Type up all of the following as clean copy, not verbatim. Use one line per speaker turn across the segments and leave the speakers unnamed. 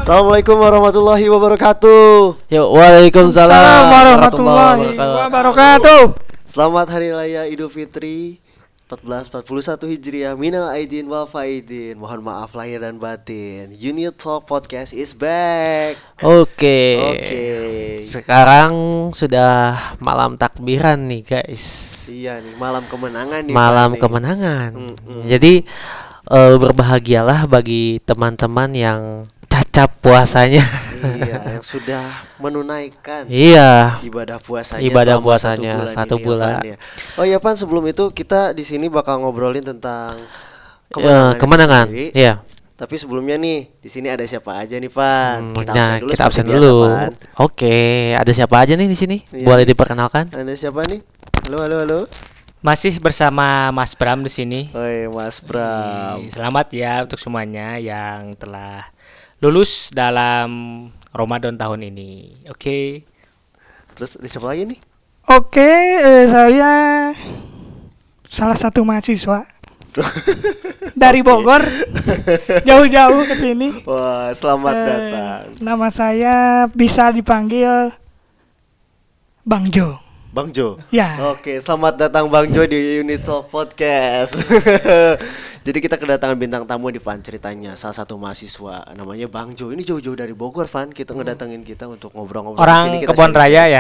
Assalamualaikum warahmatullahi wabarakatuh.
Yo, waalaikumsalam
warahmatullahi wabarakatuh.
Selamat Hari Raya Idul Fitri 1441 Hijriah. Minal aidin wal faidin. Mohon maaf lahir dan batin. Unit Talk Podcast is back.
Oke.
Sekarang
sudah malam takbiran nih, guys.
Iya nih, malam kemenangan nih.
Malam kemenangan. Jadi berbahagialah bagi teman-teman yang cacap puasanya.
Iya, yang sudah menunaikan ibadah puasanya
satu bulan.
Ya. Oh iya Pan, sebelum itu kita di sini bakal ngobrolin tentang
kemenangan. Iya.
Tapi sebelumnya nih, di sini ada siapa aja nih Pan?
Kita absen dulu. Oke, ada siapa aja nih di sini? Iya. Boleh diperkenalkan?
Ada siapa nih? Halo.
Masih bersama Mas Bram di sini.
Oi, Mas Bram.
Selamat ya untuk semuanya yang telah lulus dalam Ramadan tahun ini. Oke.
Terus ada siapa lagi nih?
Oke, saya salah satu mahasiswa dari Bogor, jauh-jauh ke sini.
Wah, selamat datang.
Nama saya bisa dipanggil Bang Jo.
Bang Jo.
Ya.
Oke, selamat datang Bang Jo di Unit Talk Podcast. Jadi kita kedatangan bintang tamu di Pan, ceritanya salah satu mahasiswa namanya Bang Jo. Ini jauh-jauh dari Bogor, Van. Kita ngedatengin kita untuk ngobrol-ngobrol.
Orang Kebon Raya ya.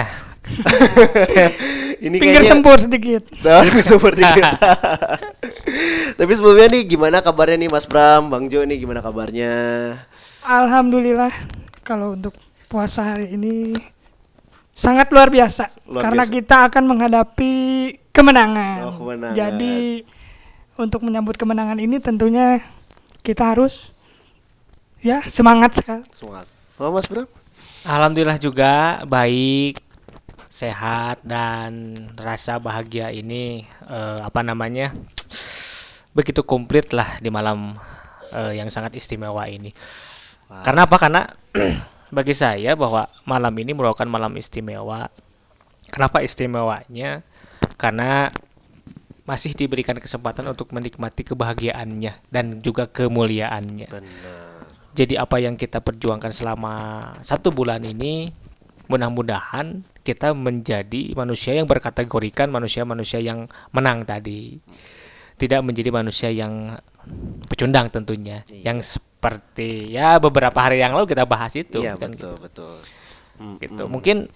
Ini
pinggir sempur sedikit.
Tapi sebelumnya nih, gimana kabarnya nih Mas Bram, Bang Jo nih gimana kabarnya?
Alhamdulillah, kalau untuk puasa hari ini sangat luar biasa. Karena kita akan menghadapi kemenangan.
Kemenangan.
Jadi untuk menyambut kemenangan ini tentunya kita harus semangat sekali.
Semangat. Oh, Mas Bram?
Alhamdulillah juga baik, sehat, dan rasa bahagia ini begitu komplit lah di malam yang sangat istimewa ini. Wow. Karena apa? Karena bagi saya bahwa malam ini merupakan malam istimewa. Kenapa istimewanya? Karena masih diberikan kesempatan untuk menikmati kebahagiaannya dan juga kemuliaannya.
Benar.
Jadi apa yang kita perjuangkan selama 1 bulan ini, mudah-mudahan kita menjadi manusia yang berkategorikan manusia-manusia yang menang tadi. Tidak menjadi manusia yang pecundang tentunya. Iya. Yang seperti beberapa hari yang lalu kita bahas itu.
Iya,
kan,
betul.
Gitu. Mungkin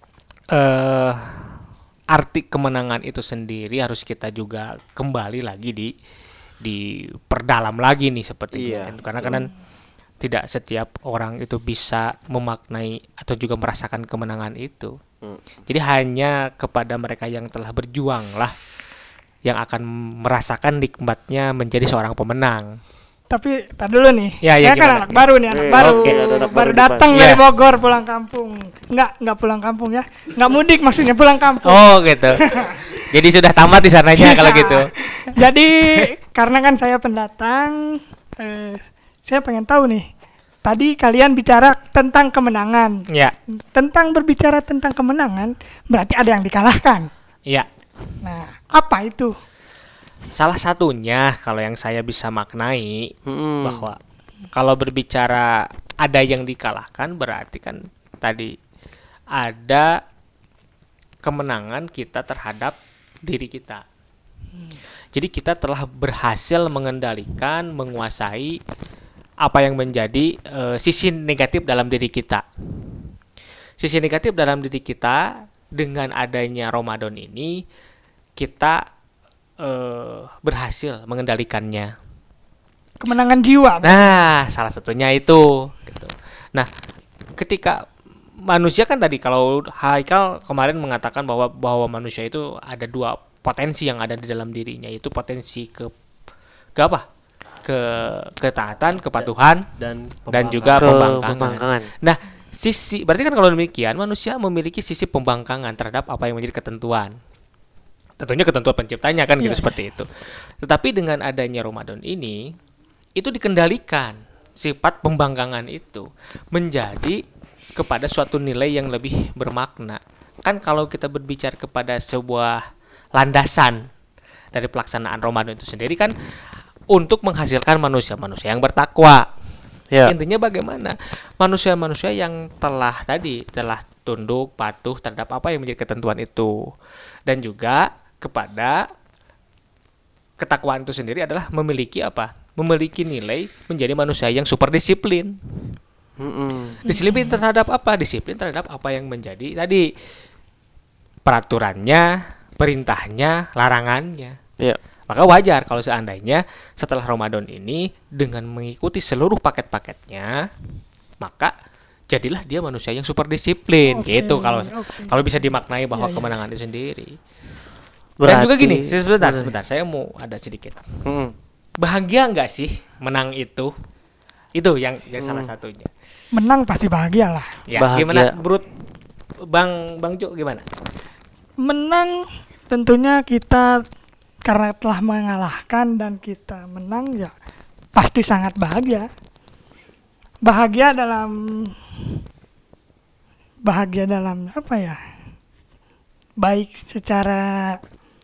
arti kemenangan itu sendiri harus kita juga kembali lagi di perdalam lagi nih sepertinya. Karena kan tidak setiap orang itu bisa memaknai atau juga merasakan kemenangan itu. Jadi hanya kepada mereka yang telah berjuang lah yang akan merasakan nikmatnya menjadi seorang pemenang.
Tapi tar dulu nih.
Ya,
kan anak baru nih, baru datang dari Bogor pulang kampung. Enggak pulang kampung ya. Enggak mudik maksudnya, pulang kampung.
Oh, gitu. Jadi sudah tamat di sananya kalau gitu.
Jadi karena kan saya pendatang, saya pengen tahu nih. Tadi kalian bicara tentang kemenangan.
Ya.
Tentang berbicara tentang kemenangan, berarti ada yang dikalahkan.
Iya.
Nah, apa itu?
Salah satunya kalau yang saya bisa maknai bahwa kalau berbicara ada yang dikalahkan berarti kan tadi ada kemenangan kita terhadap diri kita. Jadi kita telah berhasil mengendalikan, menguasai apa yang menjadi sisi negatif dalam diri kita. Sisi negatif dalam diri kita dengan adanya Ramadan ini kita berhasil mengendalikannya.
Kemenangan jiwa.
Nah, salah satunya itu. Gitu. Nah, ketika manusia kan tadi kalau Haikal kemarin mengatakan bahwa manusia itu ada 2 potensi yang ada di dalam dirinya, yaitu potensi ke apa? Ketaatan, kepatuhan dan juga pembangkangan. Nah, berarti kan kalau demikian manusia memiliki sisi pembangkangan terhadap apa yang menjadi ketentuan. Tentunya ketentuan penciptanya kan gitu seperti itu. Tetapi dengan adanya Ramadan ini itu dikendalikan sifat pembangkangan itu menjadi kepada suatu nilai yang lebih bermakna. Kan kalau kita berbicara kepada sebuah landasan dari pelaksanaan Ramadan itu sendiri kan untuk menghasilkan manusia-manusia yang bertakwa. Intinya bagaimana manusia-manusia yang telah tunduk patuh terhadap apa yang menjadi ketentuan itu, dan juga kepada ketakwaan itu sendiri adalah memiliki nilai menjadi manusia yang super disiplin. Disiplin terhadap apa? Disiplin terhadap apa yang menjadi tadi peraturannya, perintahnya, larangannya.
Iya.
Maka wajar kalau seandainya setelah Ramadan ini dengan mengikuti seluruh paket-paketnya, maka jadilah dia manusia yang super disiplin. Gitu kalau bisa dimaknai bahwa kemenangan itu sendiri. Dan juga gini, sebentar, saya mau ada sedikit. Bahagia nggak sih menang itu? Itu yang salah satunya.
Menang pasti bahagia lah.
Ya,
Bahagia.
gimana Brut? Bang Cuk gimana?
Menang tentunya kita karena telah mengalahkan dan kita menang ya pasti sangat bahagia. Bahagia dalam apa ya? Baik secara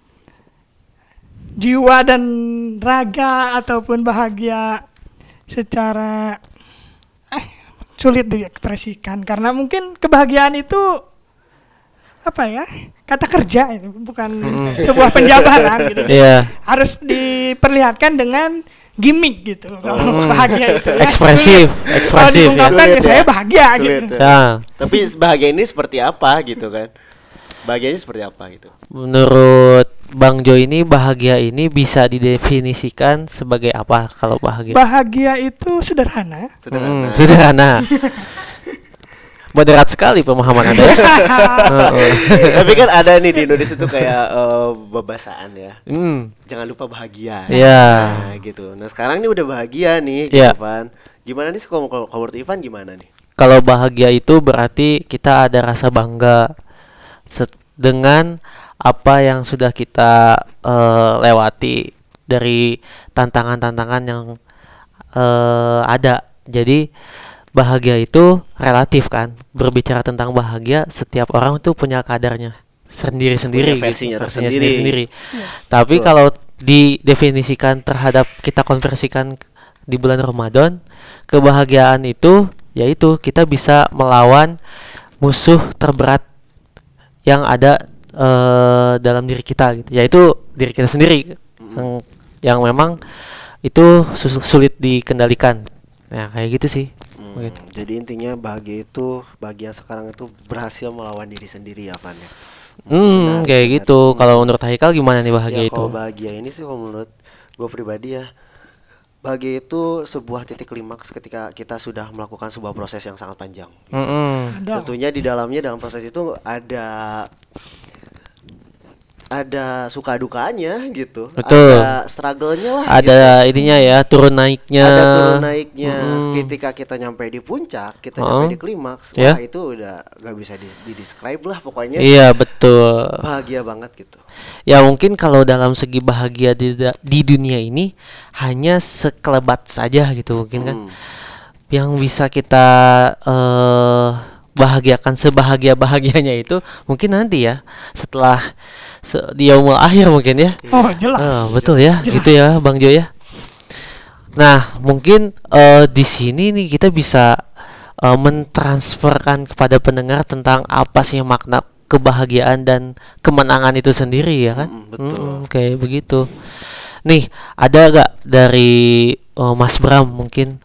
jiwa dan raga ataupun bahagia secara sulit diekspresikan karena mungkin kebahagiaan itu apa ya, kata kerja itu bukan sebuah penjabaran gitu. Harus diperlihatkan dengan gimmick gitu. Kalau bahagia itu
ekspresif
kalau
ya.
diungkapkan ya saya bahagia gitu.
Ya. Tapi bahagia ini seperti apa gitu kan? Bahagianya seperti apa gitu?
Menurut Bang Jo ini bahagia ini bisa didefinisikan sebagai apa kalau bahagia?
Bahagia itu sederhana.
Sederhana. Moderat sekali pemahaman Anda ya.
Tapi kan ada nih di Indonesia tuh kayak babasaan ya. Jangan lupa bahagia. Nah, gitu. Nah, sekarang ini udah bahagia nih, gitu kan. Gimana nih kalau menurut Ivan gimana nih?
Kalau bahagia itu berarti kita ada rasa bangga dengan apa yang sudah kita lewati dari tantangan-tantangan yang ada. Jadi bahagia itu relatif kan. Berbicara tentang bahagia, setiap orang tuh punya kadarnya sendiri-sendiri,
punya versinya
gitu,
tersendiri.
Tapi kalau didefinisikan terhadap kita konversikan di bulan Ramadan, kebahagiaan itu yaitu kita bisa melawan musuh terberat yang ada dalam diri kita gitu, yaitu diri kita sendiri yang memang itu sulit dikendalikan. Nah, kayak gitu sih.
Jadi intinya bahagia yang sekarang itu berhasil melawan diri sendiri ya Pan ya.
Kayak gitu. Kalau menurut Haikal gimana nih bahagia itu?
Kalau bahagia ini sih kalau menurut gue pribadi ya, bahagia itu sebuah titik klimaks ketika kita sudah melakukan sebuah proses yang sangat panjang. Tentunya di dalamnya dalam proses itu ada suka dukanya gitu.
Betul.
Ada struggle-nya lah.
Ada gitu. Ininya ya, turun naiknya.
Ada turun naiknya. Ketika kita nyampe di puncak, kita nyampe di klimaks, wah itu udah gak bisa di-describe lah pokoknya.
Iya, betul.
Bahagia banget gitu.
Ya mungkin kalau dalam segi bahagia di dunia ini hanya sekelebat saja gitu mungkin kan. Yang bisa kita bahagiakan sebahagia-bahagianya itu mungkin nanti ya setelah di yaumul akhir mungkin ya.
Oh jelas.
Betul ya, jelas. Gitu ya Bang Jo ya. Nah mungkin di sini nih kita bisa mentransferkan kepada pendengar tentang apa sih makna kebahagiaan dan kemenangan itu sendiri ya kan.
Betul.
Kayak begitu. Nih ada gak dari Mas Bram mungkin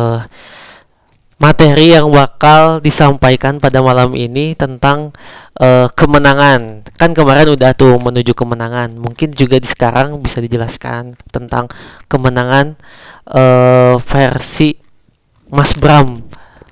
materi yang bakal disampaikan pada malam ini tentang kemenangan. Kan kemarin udah tuh menuju kemenangan. Mungkin juga di sekarang bisa dijelaskan tentang kemenangan versi Mas Bram.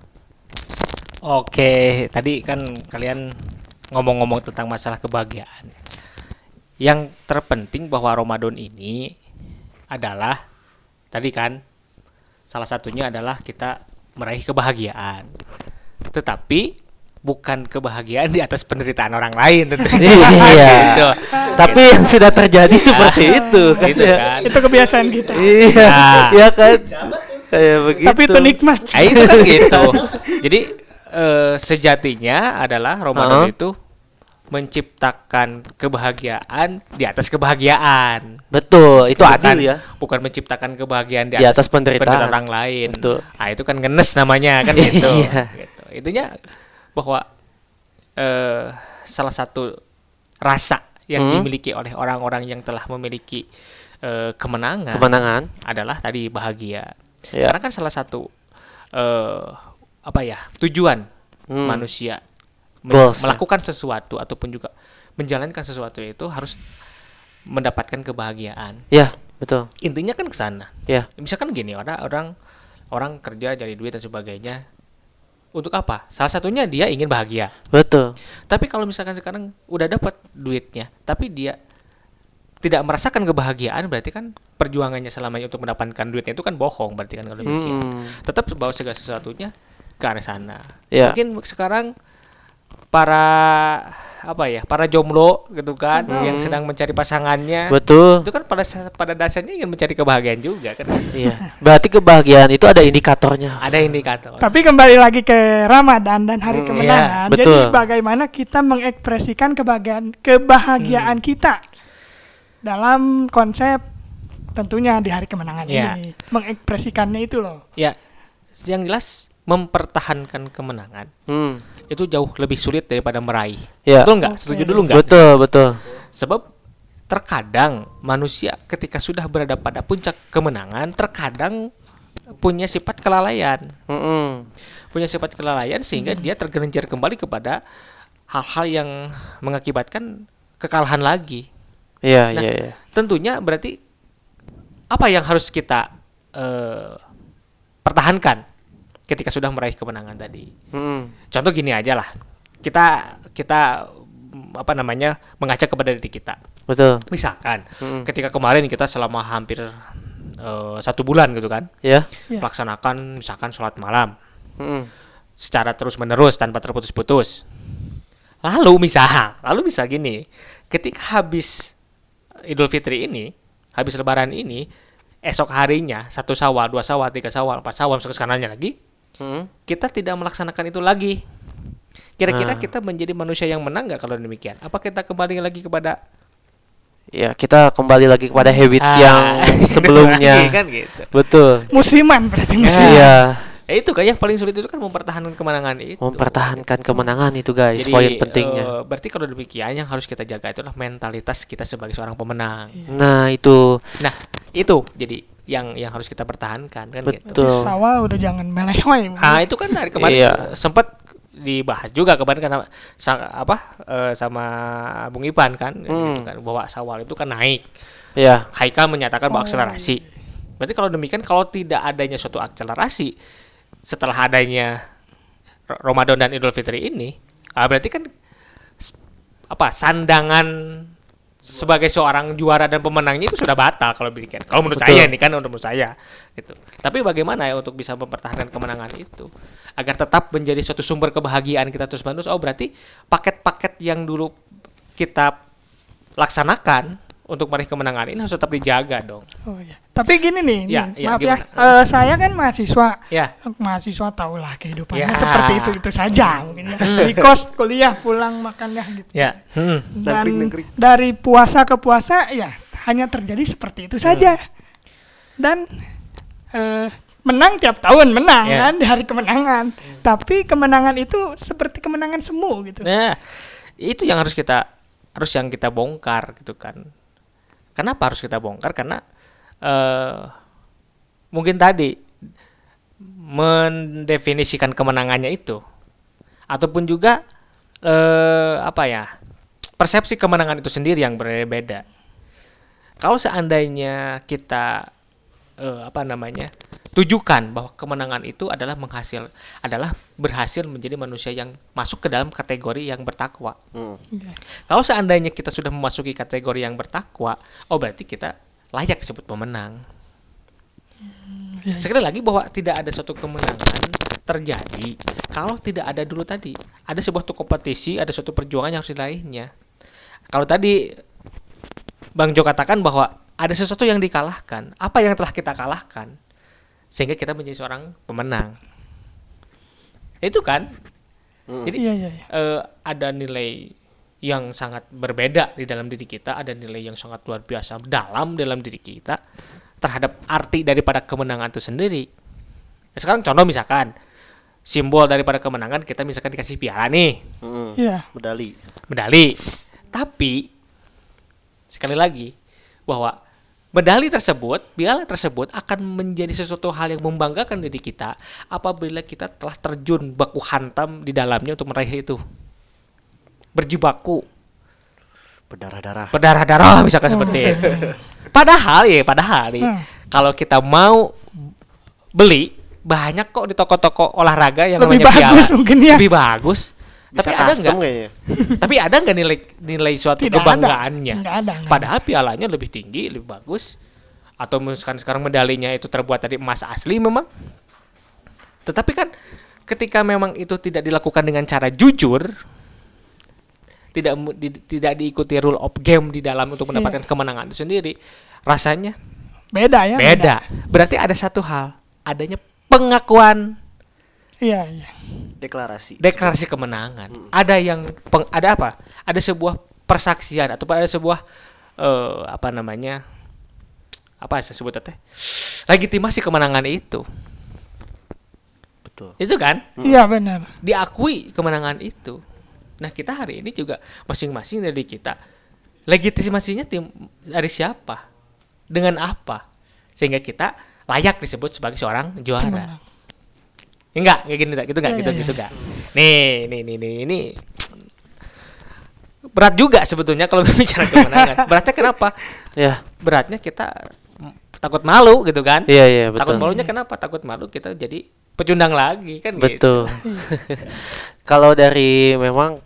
Oke, tadi kan kalian ngomong-ngomong tentang masalah kebahagiaan. Yang terpenting bahwa Ramadan ini adalah tadi kan salah satunya adalah kita meraih kebahagiaan, tetapi bukan kebahagiaan di atas penderitaan orang lain tentunya.
Iya.
Gitu.
Tapi yang sudah terjadi seperti itu kan.
Gitu kan.
Itu kebiasaan kita.
Iya. Iya kan. Kayak begitu.
Tapi itu nikmat.
Itu kan gitu. Jadi sejatinya adalah Ramadan itu menciptakan kebahagiaan di atas kebahagiaan.
Betul, itu
Bukan-
adil ya.
Bukan menciptakan kebahagiaan
Di atas penderitaan.
orang lain.
Betul.
Nah, itu kan ngenes namanya kan gitu.
Iya.
Gitu. Itunya bahwa salah satu rasa yang dimiliki oleh orang-orang yang telah memiliki kemenangan adalah tadi bahagia.
Ya.
Karena kan salah satu tujuan manusia
Goals,
melakukan sesuatu ataupun juga menjalankan sesuatu itu harus mendapatkan kebahagiaan.
Ya, betul.
Intinya kan ke sana.
Ya.
Misalkan gini, orang kerja cari duit dan sebagainya. Untuk apa? Salah satunya dia ingin bahagia.
Betul.
Tapi kalau misalkan sekarang udah dapat duitnya, tapi dia tidak merasakan kebahagiaan, berarti kan perjuangannya selamanya untuk mendapatkan duitnya itu kan bohong, berarti kan kalau demikian. Tetap bawa segala sesuatunya ke arah sana.
Ya.
Mungkin sekarang para jomblo gitu kan yang sedang mencari pasangannya.
Betul.
Itu kan pada dasarnya ingin mencari kebahagiaan juga kan.
Iya. Berarti kebahagiaan itu ada indikatornya.
Ada indikator.
Tapi kembali lagi ke Ramadan dan hari kemenangan.
iya,
Jadi
betul.
bagaimana kita mengekspresikan kebahagiaan kita dalam konsep tentunya di hari kemenangan
Iya.
ini. Mengekspresikannya itu loh.
Ya, yang jelas mempertahankan kemenangan itu jauh lebih sulit daripada meraih.
Ya.
Betul nggak?
Oke.
Setuju dulu nggak?
Betul.
Sebab terkadang manusia ketika sudah berada pada puncak kemenangan, terkadang punya sifat kelalaian. Punya sifat kelalaian sehingga dia tergelincir kembali kepada hal-hal yang mengakibatkan kekalahan lagi.
Iya,
Nah,
iya.
tentunya berarti apa yang harus kita pertahankan ketika sudah meraih kemenangan tadi? Contoh gini aja lah, kita mengajak kepada diri kita.
Betul.
Misalkan ketika kemarin kita selama hampir 1 bulan gitu kan,
Ya.
Iya.
melaksanakan misalkan sholat malam secara terus menerus tanpa terputus-putus. Lalu bisa gini, ketika habis Idul Fitri ini, habis Lebaran ini, esok harinya 1 Syawal, 2 Syawal, 3 Syawal, 4 Syawal sekarangnya lagi, kita tidak melaksanakan itu lagi. Kira-kira kita menjadi manusia yang menang nggak kalau demikian? Apa kita kembali lagi kepada
Ya, kita kembali lagi kepada habit yang sebelumnya.
kan gitu.
Betul.
Musiman berarti musiman.
Iya.
Itu kan yang paling sulit itu kan mempertahankan kemenangan itu.
Mempertahankan kemenangan itu, guys.
Jadi,
Poin pentingnya.
berarti kalau demikian yang harus kita jaga itulah mentalitas kita sebagai seorang pemenang.
Nah, itu.
Nah, itu jadi yang harus kita pertahankan kan gitu.
Betul.
Sawah udah jangan melehoi.
Itu kan dari kemarin
Iya.
sempat dibahas juga kemarin karena sama Bung Ipan kan gitu kan bahwa Syawal itu kan naik.
Ya.
Haikal menyatakan bahwa akselerasi. Berarti kalau demikian kalau tidak adanya suatu akselerasi setelah adanya Ramadan dan Idul Fitri ini, berarti kan sandangan sebagai seorang juara dan pemenangnya itu sudah batal kalau demikian. Kalau menurut
Betul.
saya ini kan menurut saya gitu. Tapi bagaimana ya untuk bisa mempertahankan kemenangan itu agar tetap menjadi suatu sumber kebahagiaan kita terus-menerus? Berarti paket-paket yang dulu kita laksanakan untuk meraih kemenangan ini harus tetap dijaga dong.
Oh iya. Tapi gini nih,
Ya,
nih,
ya,
maaf ya,
gimana?
saya kan mahasiswa.
Ya.
Mahasiswa tahulah kehidupannya
Ya.
seperti itu saja mungkin ya. Di kos, kuliah, pulang, makan ya gitu.
Ya.
Dan
Nangkring.
dari puasa ke puasa ya hanya terjadi seperti itu saja. Dan menang tiap tahun menang
Ya.
kan di hari kemenangan. Tapi kemenangan itu seperti kemenangan semu gitu.
Nah, itu yang harus yang kita bongkar gitu kan. Kenapa harus kita bongkar? Karena mungkin tadi mendefinisikan kemenangannya itu ataupun juga persepsi kemenangan itu sendiri yang berbeda. Kalau seandainya kita tujukan bahwa kemenangan itu adalah berhasil menjadi manusia yang masuk ke dalam kategori yang bertakwa. Kalau seandainya kita sudah memasuki kategori yang bertakwa, berarti kita layak disebut pemenang. Sekali lagi bahwa tidak ada suatu kemenangan terjadi kalau tidak ada dulu tadi ada sebuah kompetisi, ada suatu perjuangan yang harus diraihnya. Kalau tadi Bang Jo katakan bahwa ada sesuatu yang dikalahkan, apa yang telah kita kalahkan sehingga kita menjadi seorang pemenang. Itu kan. Jadi
Iya.
ada nilai yang sangat berbeda di dalam diri kita, ada nilai yang sangat luar biasa dalam diri kita terhadap arti daripada kemenangan itu sendiri. Sekarang contoh misalkan simbol daripada kemenangan kita misalkan dikasih piala nih,
Iya.
medali.
Tapi sekali lagi bahwa medali tersebut, piala tersebut akan menjadi sesuatu hal yang membanggakan diri kita apabila kita telah terjun baku hantam di dalamnya untuk meraih itu. Berjibaku, berdarah-darah misalkan seperti itu. Padahal nih, kalau kita mau beli banyak kok di toko-toko olahraga yang
Lebih
namanya
bagus
piala.
mungkin ya.
Lebih bagus.
Bisa
Tapi ada
custom
nggak?
kayaknya.
Tapi ada nggak nilai suatu
Tidak ada.
kebanggaannya?
Nggak ada.
Padahal pialanya lebih tinggi, lebih bagus. Atau misalkan sekarang medalinya itu terbuat dari emas asli memang. Tetapi kan ketika memang itu tidak dilakukan dengan cara jujur, tidak diikuti rule of game di dalam untuk mendapatkan kemenangan itu sendiri, rasanya
Beda ya.
beda. Berarti ada satu hal, adanya pengakuan
Iya.
deklarasi kemenangan. Ada yang ada apa? Ada sebuah persaksian atau ada sebuah apa saya sebut teh? Legitimasi kemenangan itu.
Betul.
Itu kan?
Iya benar.
Diakui kemenangan itu. Nah, kita hari ini juga masing-masing dari kita legitimasinya dari siapa? Dengan apa? Sehingga kita layak disebut sebagai seorang juara.
Kemenang.
Enggak, kayak gini gitu enggak,
Ya,
gitu enggak. Nih, ini berat juga sebetulnya kalau bicara kemenangan. Beratnya kenapa?
Ya,
Beratnya kita takut malu gitu kan?
iya
Takut
betul.
malunya kenapa? Takut malu kita jadi pecundang lagi kan gitu.
Betul. Kalau dari memang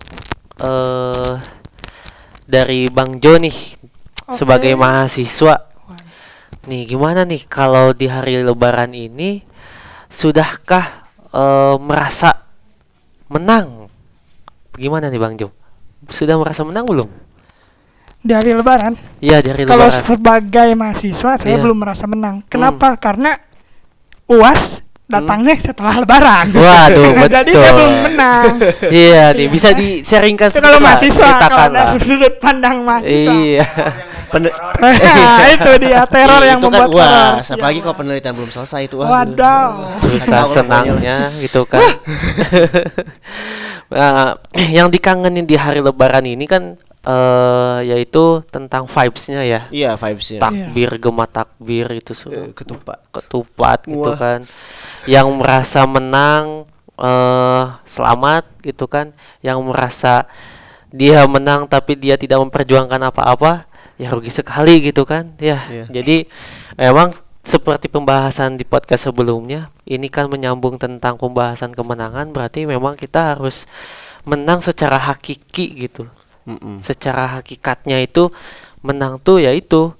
dari Bang Jo nih sebagai mahasiswa, nih gimana nih kalau di hari Lebaran ini sudahkah merasa menang? Gimana nih Bang Jo? Sudah merasa menang belum?
Dari Lebaran.
Iya dari
Kalau
Lebaran.
sebagai mahasiswa saya
Iya.
belum merasa menang. Kenapa? Karena UAS datangnya setelah Lebaran.
Waduh,
Jadi
betul.
saya belum menang.
Iya nih bisa di-sharingkan
Itu kalau
sedikit lah,
mahasiswa, kalau
ceritakan lah.
dari sudut pandang mahasiswa.
Iya.
Nah, itu dia teror yang
itu kan
membuat teror.
UAS, apalagi kalau penelitian belum selesai itu.
Waduh.
Susah senangnya gitu kan. Nah, yang dikangenin di hari Lebaran ini kan yaitu tentang vibes-nya ya.
Iya, vibes-nya.
Takbir, gema takbir itu ketupat gitu
Wah.
kan. Yang merasa menang selamat gitu kan. Yang merasa dia menang tapi dia tidak memperjuangkan apa-apa, ya rugi sekali gitu kan. Ya,
Iya.
jadi memang seperti pembahasan di podcast sebelumnya, ini kan menyambung tentang pembahasan kemenangan, berarti memang kita harus menang secara hakiki gitu. Secara hakikatnya itu menang tuh yaitu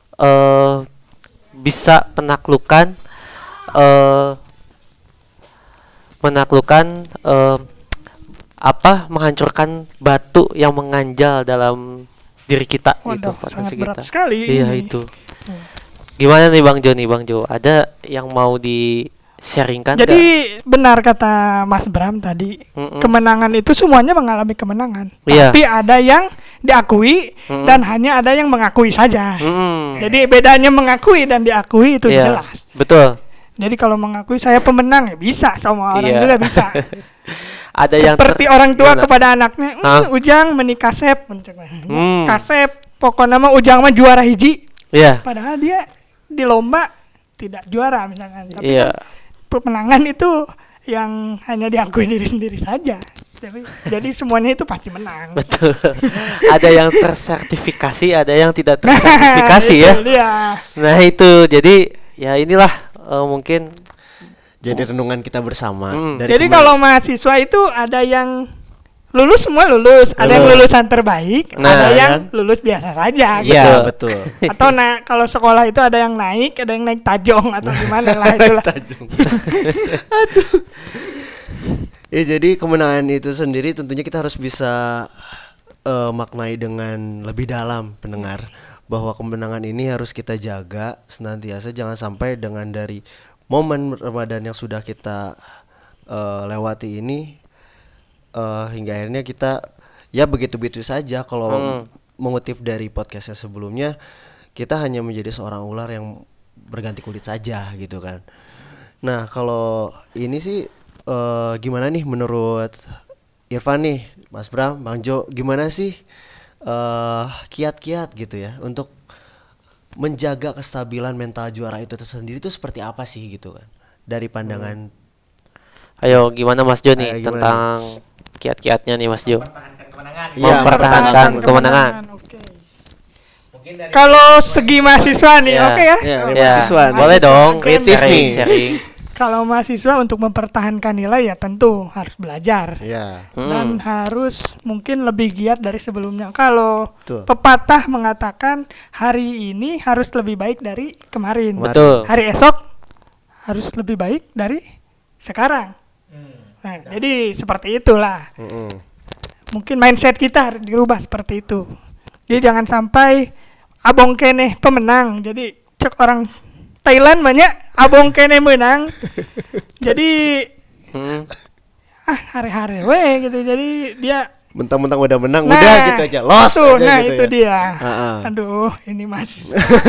bisa menaklukkan menghancurkan batu yang mengganjal dalam diri kita gitu,
Waduh,
potensi
sangat berat
kita.
sekali
Iya
ini.
itu. Gimana nih Bang Jo? Ada yang mau di-sharingkan
Jadi
nggak?
benar kata Mas Bram tadi, kemenangan itu semuanya mengalami kemenangan.
Iya.
Tapi ada yang diakui
Mm-mm.
dan hanya ada yang mengakui saja.
Mm-mm.
Jadi bedanya mengakui dan diakui itu
Iya,
jelas.
betul.
Jadi kalau mengakui saya pemenang ya bisa, semua orang
Iya.
juga bisa.
Ada yang
Seperti orang tua
gimana?
kepada anaknya,
Hah?
Ujang menikah Sep, Kasep, pokoknya mah Ujang mah juara hiji.
Iya.
Padahal dia di lomba tidak juara misalkan. Tapi
Iya.
kan pemenangan itu yang hanya diakui diri sendiri saja. Jadi semuanya itu pasti menang.
Betul. Ada yang tersertifikasi, ada yang tidak tersertifikasi ya.
Itu dia.
Nah itu, jadi ya inilah mungkin.
Jadi renungan kita bersama.
Jadi kalau mahasiswa itu ada yang lulus semua lulus, ada yang lulusan terbaik,
Nah,
ada yang
kan?
lulus biasa saja.
Iya, betul.
Atau kalau sekolah itu ada yang naik tajong atau gimana lah itulah.
Ya jadi kemenangan itu sendiri tentunya kita harus bisa maknai dengan lebih dalam, pendengar, bahwa kemenangan ini harus kita jaga senantiasa, jangan sampai dengan dari momen Ramadan yang sudah kita lewati ini hingga akhirnya kita ya begitu-begitu saja. Kalau mengutip dari podcastnya sebelumnya, kita hanya menjadi seorang ular yang berganti kulit saja gitu kan. Nah kalau ini sih gimana nih menurut Irfan nih, Mas Bram, Bang Jo, gimana sih kiat-kiat gitu ya untuk menjaga kestabilan mental juara itu tersendiri itu seperti apa sih gitu kan dari pandangan
Ayo gimana Mas Jo nih
Ayo, gimana
tentang kiat-kiatnya nih Mas Jo?
Mempertahankan kemenangan.
Iya,
Mempertahankan kemenangan.
Oke.
Mungkin dari
Kalau segi mahasiswa nih,
Ya.
oke ya.
Ya,
Ya,
mahasiswa.
boleh dong.
Kritis nih.
Sharing.
Kalau mahasiswa untuk mempertahankan nilai ya tentu harus belajar.
Ya.
Dan harus mungkin lebih giat dari sebelumnya. Kalau
Betul.
pepatah mengatakan hari ini harus lebih baik dari kemarin.
Betul.
Hari esok harus lebih baik dari sekarang. Nah, jadi seperti itulah. Mungkin mindset kita harus dirubah seperti itu. Jadi jangan sampai abong kene pemenang. Jadi cek orang Thailand banyak abong kene menang. Jadi hari-hari we gitu. Jadi dia
Mentang-mentang udah menang, udah gitu aja, loss
tuh,
aja
nah
gitu
itu
ya.
dia.
Ha-ha.
Aduh, ini masih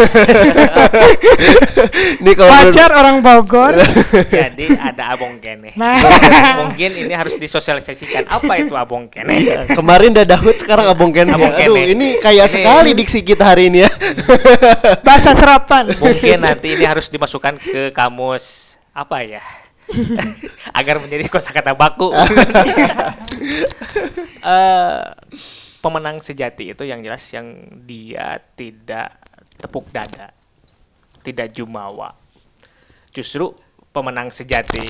Ini kalau
wajar orang Bogor.
jadi ada abong kene.
Nah,
Mungkin ini harus disosialisasikan apa itu abong kene.
kemarin Dadahut sekarang Abong Ken.
Abong
Aduh,
Kene.
ini kaya
Ini-
sekali diksi kita hari ini ya.
bahasa serapan.
Mungkin nanti ini harus dimasukkan ke kamus apa ya? Agar menjadi kosakata baku. Pemenang sejati itu yang jelas yang dia tidak tepuk dada, tidak jumawa. Justru pemenang sejati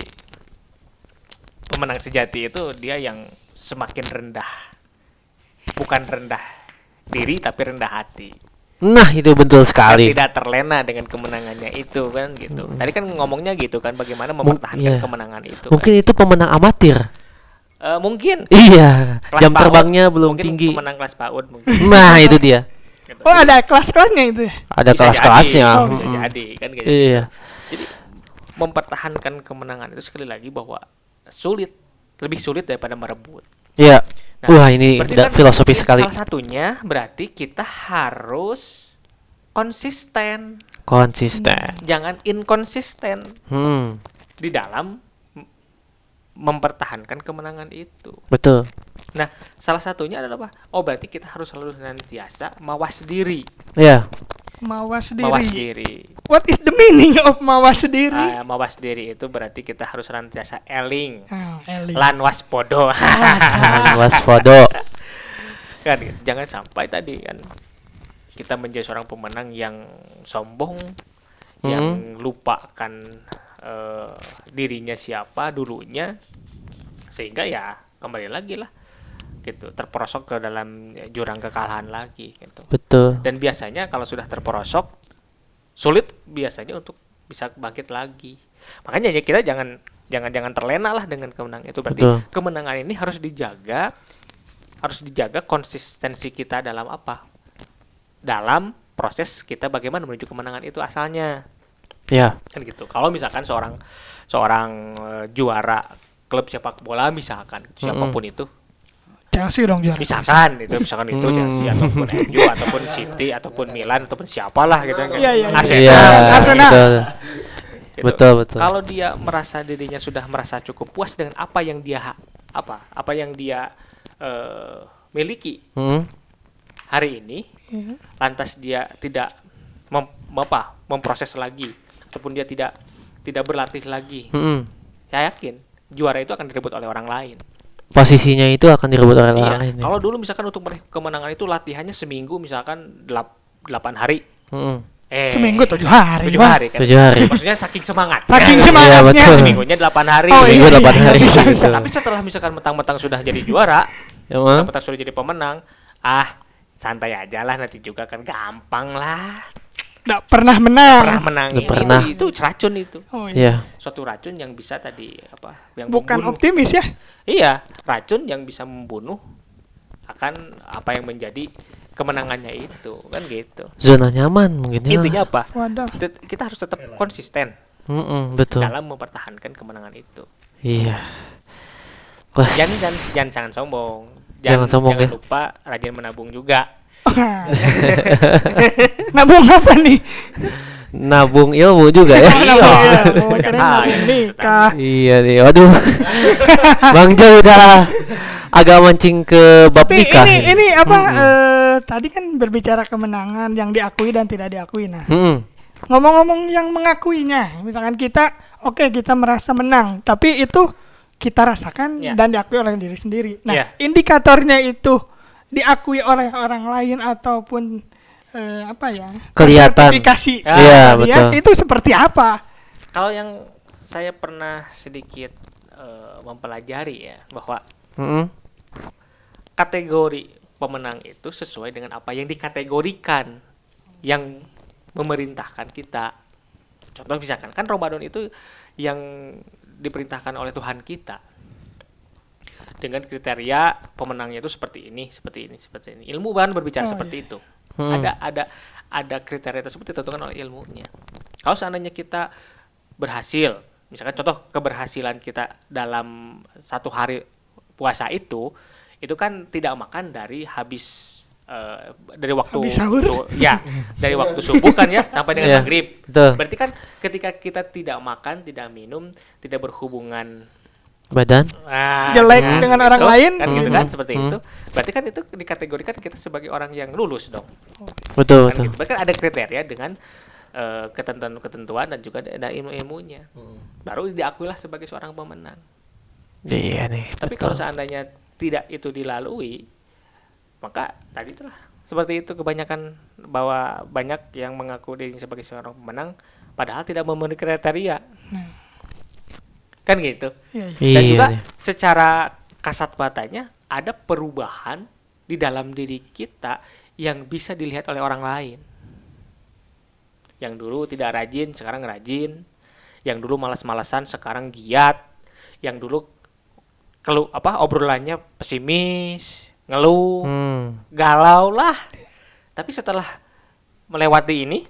itu dia yang semakin rendah. Bukan rendah diri tapi rendah hati.
Nah, itu betul
Dan
sekali.
tidak terlena dengan kemenangannya itu kan gitu. Tadi kan ngomongnya gitu kan bagaimana mempertahankan
iya.
kemenangan itu.
Mungkin itu pemenang amatir.
Mungkin
Iya,
kelas
jam
PAUD,
terbangnya belum
mungkin
tinggi.
Pemenang kelas PAUD mungkin.
Nah, itu dia.
Gitu.
Oh, ada kelas-kelasnya itu ya?
Ada
Bisa
kelas-kelasnya.
jadi. Bisa
Mm-mm.
jadi kan gitu.
Iya.
Jadi mempertahankan kemenangan itu sekali lagi bahwa sulit, lebih sulit daripada merebut.
Iya.
Nah,
Wah, ini
berarti
udah
kan
filosofis sekali.
Salah satunya berarti kita harus konsisten,
Konsisten.
jangan inkonsisten di dalam mempertahankan kemenangan itu.
Betul.
Nah, salah satunya adalah apa? Oh, berarti kita harus selalu senantiasa mawas diri.
Iya.
Mawas
Mawas
diri.
diri.
What is the meaning of mawas diri?
Mawas diri itu berarti kita harus senantiasa eling,
Eli.
lan waspodo.
Waspada.
Kan, jangan sampai tadi kan kita menjadi seorang pemenang yang sombong, yang lupakan dirinya siapa dulunya, sehingga ya kembali lagi lah gitu, terperosok ke dalam jurang kekalahan lagi gitu.
Betul.
Dan biasanya kalau sudah terperosok sulit biasanya untuk bisa bangkit lagi. Makanya ya kita jangan terlena lah dengan kemenangan itu. Berarti
Betul.
kemenangan ini harus dijaga konsistensi kita dalam apa? Dalam proses kita bagaimana menuju kemenangan itu asalnya.
Ya.
Kan gitu. Kalau misalkan seorang juara klub sepak bola misalkan siapapun itu,
Chelsea dong juara.
misalkan itu Chelsea ataupun MU ataupun City ataupun Milan ataupun siapalah gitu kan.
Iya, iya, iya.
Arsenal.
Iya.
Arsenal.
Betul.
Gitu.
Betul, betul.
Kalau dia merasa dirinya sudah merasa cukup puas dengan apa yang dia miliki hari ini, lantas dia tidak memproses lagi ataupun dia tidak berlatih lagi, saya yakin juara itu akan direbut oleh orang lain.
Posisinya itu akan direbut oleh orang
Iya.
lain. Ya.
Kalau dulu misalkan untuk meraih kemenangan itu latihannya seminggu misalkan 8 hari.
Seminggu 7 hari.
7
Wah.
hari kan.
7 hari.
Maksudnya saking semangat.
Saking
Iya,
semangatnya.
betul.
Seminggunya 8 hari.
Oh,
Seminggu
iya,
8
iya,
hari.
bisa,
gitu.
bisa.
Tapi setelah misalkan mentang-mentang sudah jadi juara,
Ya, Bang.
mentang-mentang sudah jadi pemenang, santai aja lah, nanti juga kan gampang lah.
Nggak pernah menang.
Pernah menang.
Nggak pernah.
Itu racun itu.
Oh, iya.
Iya.
Suatu racun yang bisa tadi yang
Bukan
membunuh.
optimis ya.
Iya, racun yang bisa membunuh akan apa yang menjadi kemenangannya itu, kan gitu.
Zona nyaman mungkin ya.
Intinya apa?
Waduh.
Kita harus tetap konsisten
Betul.
dalam mempertahankan kemenangan itu.
Iya. Wah.
Jangan sombong,
Jangan sombong ya.
lupa rajin menabung juga.
Nabung apa nih?
Nabung ilmu juga ya.
Mau keren nabung nikah.
Iya nih, waduh. Bang Jo udah agak mancing ke bab
Tapi
nikah.
ini apa? Tadi kan berbicara kemenangan yang diakui dan tidak diakui. Nah, ngomong-ngomong yang mengakuinya, misalkan kita, oke, kita merasa menang, tapi itu kita rasakan dan diakui oleh diri sendiri. Nah, indikatornya itu diakui oleh orang lain ataupun apa ya?
Kelihatan.
Sertifikasi.
Iya, betul.
Itu seperti apa?
Kalau yang saya pernah sedikit mempelajari ya, bahwa kategori pemenang itu sesuai dengan apa yang dikategorikan, yang memerintahkan kita. Contoh misalkan kan Ramadan itu yang diperintahkan oleh Tuhan kita dengan kriteria pemenangnya itu seperti ini, seperti ini, seperti ini. Ilmu bahkan berbicara seperti itu. Ada kriteria tersebut ditentukan oleh ilmunya. Kalau seandainya kita berhasil, misalkan contoh keberhasilan kita dalam satu hari puasa itu kan tidak makan dari dari waktu dari waktu subuh kan ya sampai dengan maghrib.
Betul.
Berarti kan ketika kita tidak makan, tidak minum, tidak berhubungan
badan
jelek dengan orang lain
kan gitu kan seperti itu. Berarti kan itu dikategorikan kita sebagai orang yang lulus dong.
Betul,
Kan
betul.
gitu. Berarti kan ada kriteria dengan ketentuan dan juga ada ilmu-ilmunya. Baru diakuilah sebagai seorang pemenang.
Iya nih.
Tapi kalau seandainya tidak itu dilalui, maka tadi itulah seperti itu kebanyakan, bahwa banyak yang mengaku dirinya sebagai seorang pemenang padahal tidak memenuhi kriteria. Kan gitu. Dan juga secara kasat matanya ada perubahan di dalam diri kita yang bisa dilihat oleh orang lain. Yang dulu tidak rajin sekarang rajin, yang dulu malas-malasan sekarang giat, yang dulu obrolannya pesimis, ngeluh, galau lah. Tapi setelah melewati ini,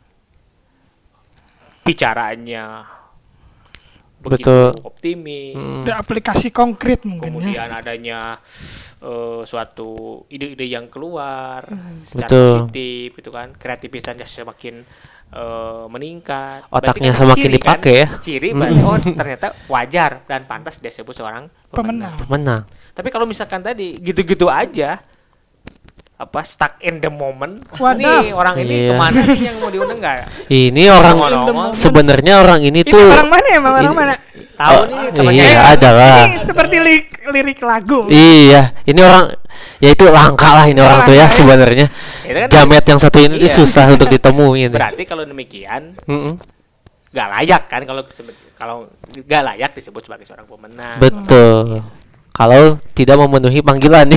bicaranya begitu optimis.
Ada aplikasi konkret mungkin.
Kemudian adanya suatu ide-ide yang keluar secara positif, itu kan kreativitasnya semakin meningkat.
Otaknya
kan
semakin dipakai ya.
Ciri berarti ternyata wajar dan pantas disebut seorang pemenang. Tapi kalau misalkan tadi gitu-gitu aja, stuck in the moment. Nih orang ini kemana nih yang mau diundang nggak?
Ini orang sebenarnya orang ini tuh
orang mana emang orang mana?
Tahu nih temannya.
Iya, ada lah.
Ini seperti lirik lagu.
Iya, ini orang ya itu langka lah ini orang tuh ya sebenarnya.
Kan
Jamet yang satu ini tuh susah untuk ditemuin.
Berarti kalau demikian nggak layak kan kalau nggak layak disebut sebagai seorang pemenang.
Betul. Kalau tidak memenuhi panggilannya.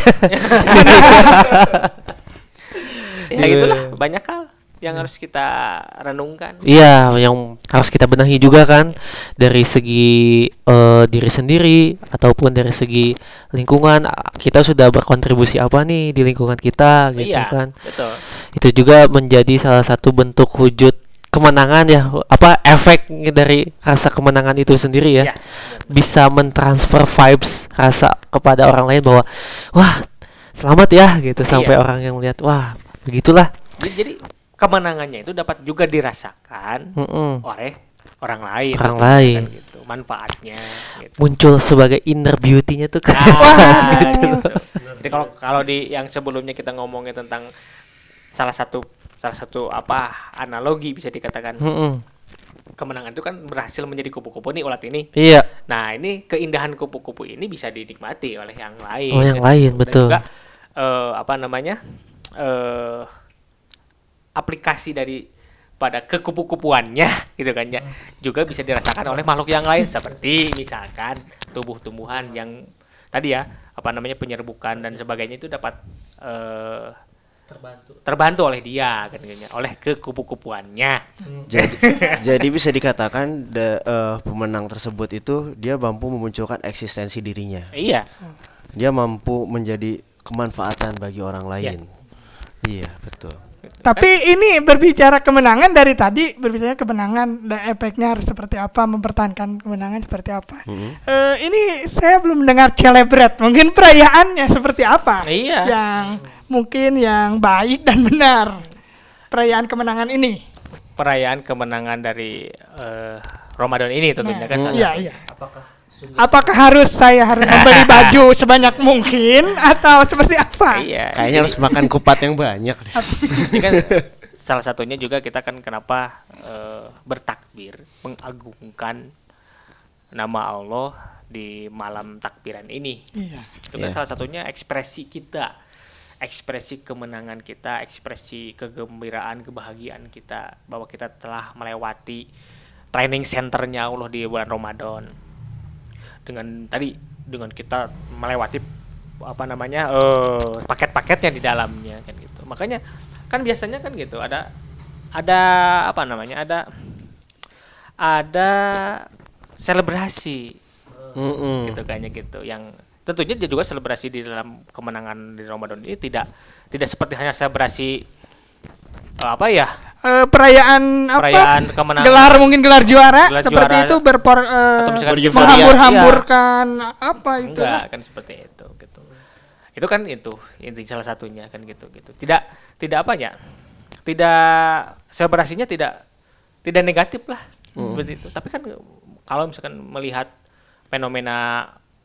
Ya gitulah, banyak hal yang harus kita renungkan.
Iya, yang harus kita benahi juga kan dari segi diri sendiri ataupun dari segi lingkungan. Kita sudah berkontribusi apa nih di lingkungan kita gitu kan.
Betul.
Itu juga menjadi salah satu bentuk wujud kemenangan ya, efek dari rasa kemenangan itu sendiri ya. Bisa mentransfer vibes rasa kepada orang lain bahwa wah, selamat ya gitu, sampai orang yang melihat wah, begitulah.
Jadi kemenangannya itu dapat juga dirasakan oleh orang lain.
Orang lain.
Kan, gitu, manfaatnya gitu.
Muncul sebagai inner beauty-nya tuh kan.
Gitu. Jadi kalau di yang sebelumnya kita ngomongin tentang salah satu analogi bisa dikatakan kemenangan itu kan berhasil menjadi kupu-kupu nih ulat ini.
Iya.
Nah ini keindahan kupu-kupu ini bisa dinikmati oleh yang lain.
Oh yang lain betul.
Dan juga aplikasi dari pada kekupu-kupuannya gitu kan ya juga bisa dirasakan oleh makhluk yang lain seperti misalkan tumbuh-tumbuhan yang tadi ya penyerbukan dan sebagainya itu dapat terbantu oleh dia kan oleh kekupu-kupuannya.
Jadi bisa dikatakan pemenang tersebut itu dia mampu memunculkan eksistensi dirinya.
Iya.
Dia mampu menjadi kemanfaatan bagi orang lain. Iya, betul.
Tapi ini berbicara kemenangan dari tadi, berbicara kemenangan dan efeknya harus seperti apa, mempertahankan kemenangan seperti apa. Ini saya belum mendengar celebrate, mungkin perayaannya seperti apa.
Iya.
Yang mungkin yang baik dan benar perayaan kemenangan ini.
Perayaan kemenangan dari Ramadan ini tentunya kan salah
Iya,
satu.
iya. Apakah saya harus membeli baju sebanyak mungkin atau seperti apa?
Iya.
Kayaknya harus makan kupat yang banyak deh.
Ini kan salah satunya juga kita kan kenapa bertakbir, mengagungkan nama Allah di malam takbiran ini.
Iya.
Itu kan
Iya.
salah satunya ekspresi kita, ekspresi kemenangan kita, ekspresi kegembiraan, kebahagiaan kita bahwa kita telah melewati training centernya Allah di bulan Ramadan. Dengan kita melewati paket-paketnya di dalamnya kan gitu. Makanya kan biasanya kan gitu ada selebrasi gitu kayaknya gitu yang tentunya dia juga selebrasi di dalam kemenangan di Ramadan ini tidak seperti hanya selebrasi
Perayaan
kemenangan,
gelar juara
Gelar
seperti
juara.
itu
Atau misalkan
menghambur-hamburkan apa itu
enggak kan seperti itu gitu. Itu kan itu inti salah satunya kan gitu. Tidak selebrasinya tidak negatif lah seperti itu. Tapi kan kalau misalkan melihat fenomena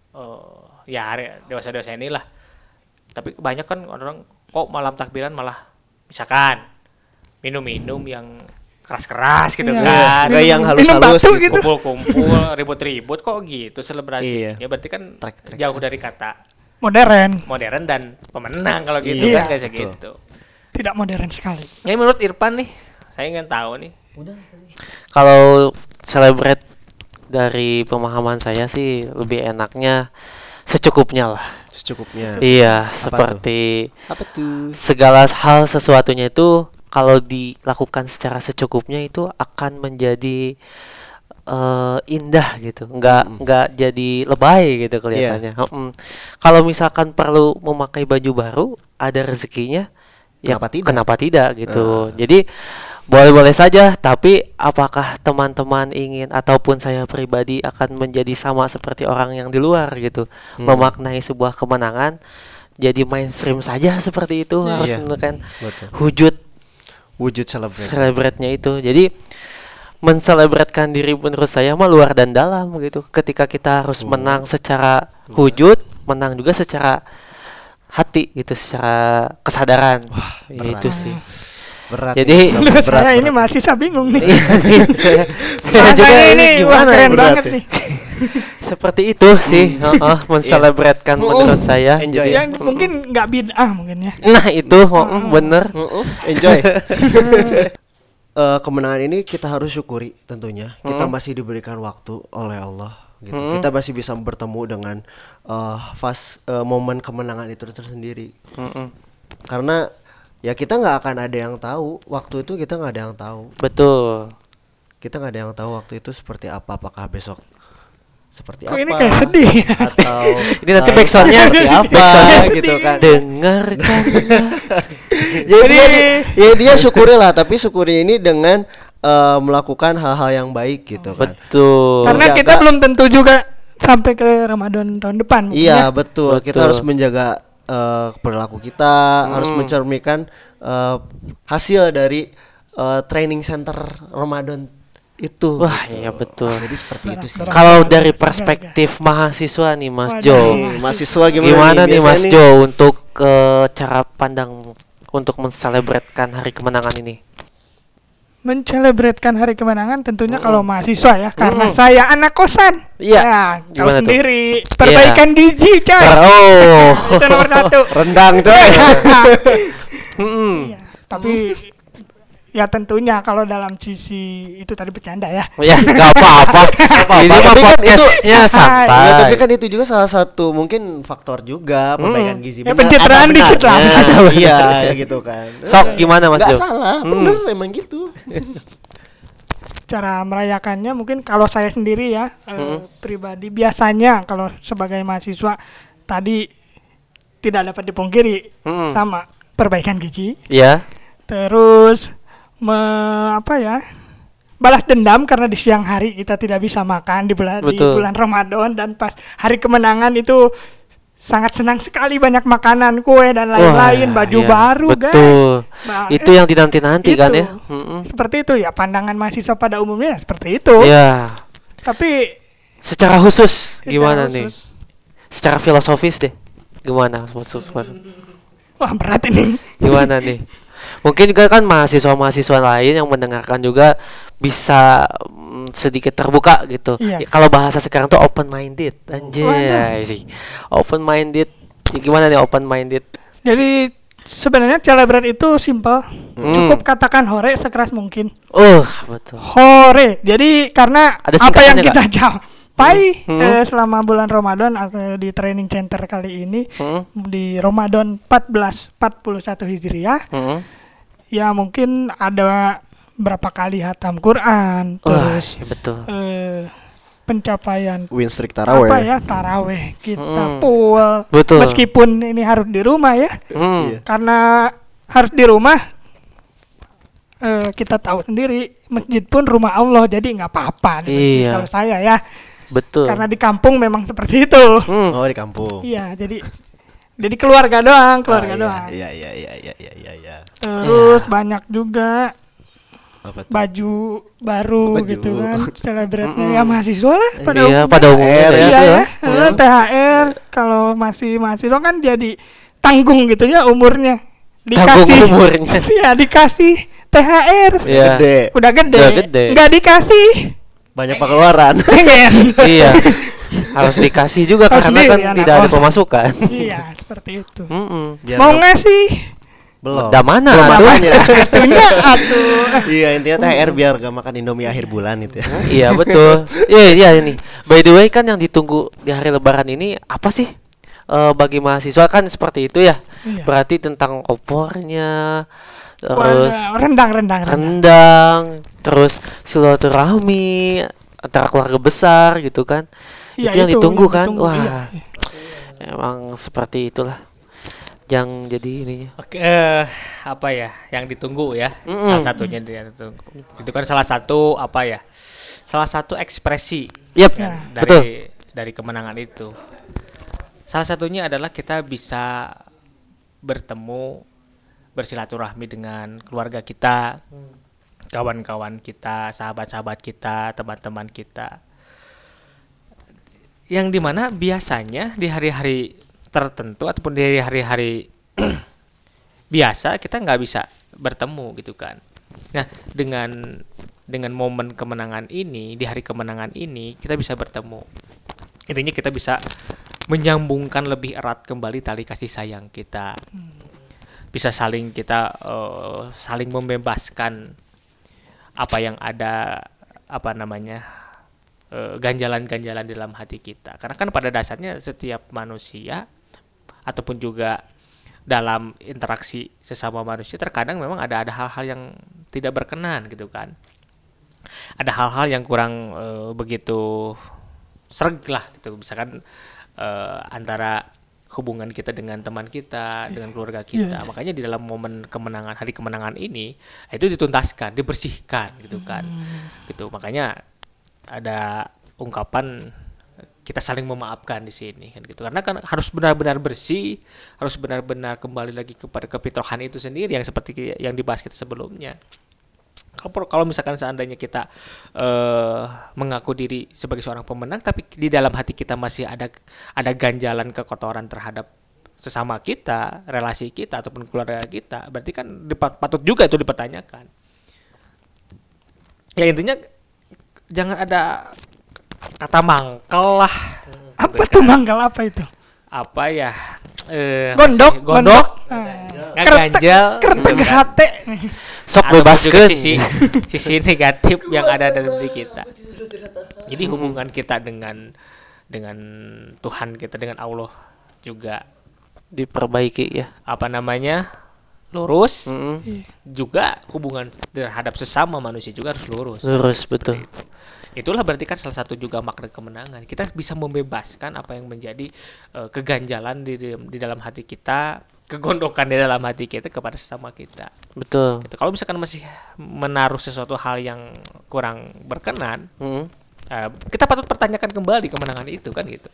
dewasa-dewasa inilah, tapi banyak kan orang kok malam takbiran malah misalkan minum yang keras-keras gitu
Iya.
kan.
Enggak yang
minum
halus-halus
batu
gitu.
gitu.
Kumpul-kumpul, ribut-ribut kok gitu selebrasi.
Iya.
Ya berarti kan
Trek-trek.
jauh dari kata
modern,
dan pemenang kalau gitu
Iya.
kan kayak
Betul.
gitu.
tidak modern sekali.
Ya menurut Irfan nih, saya ingin tahu nih.
Kalau celebrate dari pemahaman saya sih lebih enaknya secukupnya lah.
Secukupnya.
Iya,
Apa
seperti
Apa tuh?
segala hal sesuatunya itu kalau dilakukan secara secukupnya itu akan menjadi indah gitu, nggak jadi lebay gitu kelihatannya. Kalau misalkan perlu memakai baju baru, ada rezekinya, ya
Kenapa tidak?
kenapa tidak gitu. Jadi boleh-boleh saja, tapi apakah teman-teman ingin ataupun saya pribadi akan menjadi sama seperti orang yang di luar gitu, memaknai sebuah kemenangan jadi mainstream saja seperti itu, harus
Iya.
menekan
Betul.
wujud
Celebrate.
celebrate-nya itu. Jadi mencelebratkan diri menurut saya mah luar dan dalam gitu. Ketika kita harus menang secara wujud, menang juga secara hati gitu, secara kesadaran. Ya,
berat.
itu sih.
Berat.
Jadi-
ya.
Loh, saya
Berat.
ini masih bingung nih.
Iya, nih, saya juga
Bahasanya ini wah,
gimana
keren
ya?
banget
ya?
nih.
Seperti itu sih, mencelebratkan menurut saya.
Enjoy.
Jadi,
Yang mungkin nggak bid'ah mungkin ya.
nah itu bener.
Enjoy. Kemenangan ini kita harus syukuri tentunya. Kita masih diberikan waktu oleh Allah gitu. Kita masih bisa bertemu dengan momen kemenangan itu tersendiri. Karena ya kita nggak akan ada yang tahu waktu itu, kita nggak ada yang tahu.
Betul.
Kita nggak ada yang tahu waktu itu seperti apa. Apakah besok seperti
Kok
apa?
ini kayak sedih.
Atau
Ini nanti backsoundnya
seperti apa
backsoundnya
gitu kan.
dengarkan.
Jadi ya dia syukuri lah, tapi syukuri ini dengan melakukan hal-hal yang baik gitu kan.
Betul.
Karena
Menjaga-
kita belum tentu juga sampai ke Ramadan tahun depan mungkin
Iya
ya.
betul. Kita
Betul.
harus menjaga perilaku kita, harus mencerminkan hasil dari training center Ramadan itu.
Wah, iya betul.
Jadi seperti itu sih.
Kalau dari perspektif mahasiswa nih Mas
Waduh.
Jo,
Mahasiswa
gimana nih
Biasanya
Mas Jo untuk cara pandang untuk menselebratkan hari kemenangan ini?
Mencelebratkan hari kemenangan tentunya kalau mahasiswa ya, karena saya anak kosan.
Iya.
Ya, tahu
Gimana tuh?
sendiri. Perbaikan gizi, coy.
Oh.
Itu nomor satu.
Rendang coy.
Iya, tapi ya tentunya kalau dalam sisi itu tadi bercanda ya.
Ya, nggak apa-apa. Ini mah
Tapi kan
podcastnya
Ya,
santai.
tapi kan itu juga salah satu mungkin faktor juga perbaikan gizi.
Ya,
Benar,
pencitraan
ada
dikit lah.
benarnya. Iya gitu kan.
Sok gimana Mas
Nggak
Jo?
salah, bener emang gitu.
Cara merayakannya mungkin kalau saya sendiri ya pribadi biasanya kalau sebagai mahasiswa tadi tidak dapat dipungkiri sama perbaikan gizi,
Ya.
Terus balas dendam karena di siang hari kita tidak bisa makan di
Betul.
bulan Ramadan, dan pas hari kemenangan itu sangat senang sekali, banyak makanan, kue dan lain-lain, baju
iya,
baru,
betul.
guys. Nah,
Itu yang dinanti-nanti kan
itu.
ya. Mm-mm.
Seperti itu ya pandangan mahasiswa pada umumnya seperti itu.
Ya,
Tapi
secara khusus
secara
gimana nih?
khusus-
Secara filosofis deh. Gimana khusus?
Wah, berat ini.
Gimana nih? Mungkin juga kan mahasiswa-mahasiswa lain yang mendengarkan juga bisa sedikit terbuka gitu.
Iya.
Ya, kalau bahasa sekarang tuh open minded, anjay sih. Open minded. Ya, gimana nih open minded?
Jadi sebenarnya celebrate itu simple. Cukup katakan hore sekeras mungkin.
Betul.
Hore. Jadi karena
Ada
apa
singkatannya
yang kita capai selama bulan Ramadan atau di training center kali ini di Ramadan 1441 Hijriah, ya mungkin ada berapa kali hatam Quran, terus
Wah, betul.
pencapaian
Win streak taraweh.
apa ya taraweh kita full.
Betul.
Meskipun ini harus di rumah ya,
Iya.
karena harus di rumah. Kita tahu sendiri masjid pun rumah Allah, jadi nggak apa-apa nih,
Iya.
kalau saya ya,
Betul.
karena di kampung memang seperti itu.
Oh, di kampung.
Iya, jadi keluarga doang, doang.
Iya.
Terus banyak juga
Apa tuh?
baju baru
Baju.
gitu kan, celebrate-nya ya mahasiswa lah pada
Iya,
umumnya.
pada umumnya
THR
kayak
Iya
gitu
ya,
ya.
THR kalau masih mahasiswa kan jadi tanggung gitu ya umurnya.
Tanggung umurnya.
Iya, dikasih THR.
Iya.
Gede.
Udah gede.
Udah gede.
Nggak dikasih.
Banyak pengeluaran.
Pengen.
Iya. Harus dikasih juga
Tahu
karena kan
sendiri, anak
tidak ada
kos.
pemasukan.
Iya, seperti itu.
Biar
Mau
nggak-
ngasih
belum.
Da mana
Belum
atuh?
makanya.
itunya atuh.
Iya, intinya THR biar gak makan Indomie akhir bulan itu ya.
Iya, betul. Iya ini. By the way kan yang ditunggu di hari lebaran ini apa sih? Bagi mahasiswa kan seperti itu ya.
Iya.
Berarti tentang opornya, terus rendang, terus silaturahmi antara keluarga besar gitu kan.
Iya,
itu yang ditunggu kan.
ditunggu,
Wah.
iya.
Emang seperti itulah yang jadi ininya.
Oke, apa ya yang ditunggu ya? Salah satunya dia ditunggu. Itu kan salah satu apa ya? Salah satu ekspresi
Yap,
ya,
betul.
dari kemenangan itu. Salah satunya adalah kita bisa bertemu, bersilaturahmi dengan keluarga kita, kawan-kawan kita, sahabat-sahabat kita, teman-teman kita. Yang dimana biasanya di hari-hari tertentu ataupun di hari-hari biasa kita nggak bisa bertemu gitu kan. Nah dengan momen kemenangan ini, di hari kemenangan ini kita bisa bertemu. Intinya kita bisa menyambungkan lebih erat kembali tali kasih sayang kita. Bisa saling kita saling membebaskan apa yang ada ganjalan-ganjalan dalam hati kita. Karena kan pada dasarnya setiap manusia ataupun juga dalam interaksi sesama manusia terkadang memang ada hal-hal yang tidak berkenan gitu kan. Ada hal-hal yang kurang begitu serg lah gitu, misalkan antara hubungan kita dengan teman kita, dengan keluarga kita. Makanya di dalam momen kemenangan, hari kemenangan ini itu dituntaskan, dibersihkan gitu kan. Gitu. Makanya ada ungkapan kita saling memaafkan di sini kan gitu. Karena kan harus benar-benar bersih, harus benar-benar kembali lagi kepada kefitrahan itu sendiri yang seperti yang dibahas kita sebelumnya. Kalau misalkan seandainya kita mengaku diri sebagai seorang pemenang, tapi di dalam hati kita masih ada ganjalan kekotoran terhadap sesama kita, relasi kita ataupun keluarga kita, berarti kan patut juga itu dipertanyakan. Ya intinya jangan ada kata mangkel lah.
Apa tuh manggal apa itu?
Apa ya?
Gondok.
Ganjal.
Kertek hate.
Sok
Ataupun juga
bebaskeun.
sisi negatif yang ada dalam diri kita. Jadi hubungan kita dengan Tuhan kita, dengan Allah juga
Diperbaiki ya.
lurus. Juga hubungan terhadap sesama manusia juga harus lurus.
Lurus, betul.
Itulah berarti kan salah satu juga makna kemenangan. Kita bisa membebaskan apa yang menjadi keganjalan di dalam hati kita, kegondokan di dalam hati kita kepada sesama kita.
Betul.
Gitu. Kalau misalkan masih menaruh sesuatu hal yang kurang berkenan, kita patut pertanyakan kembali kemenangan itu kan gitu.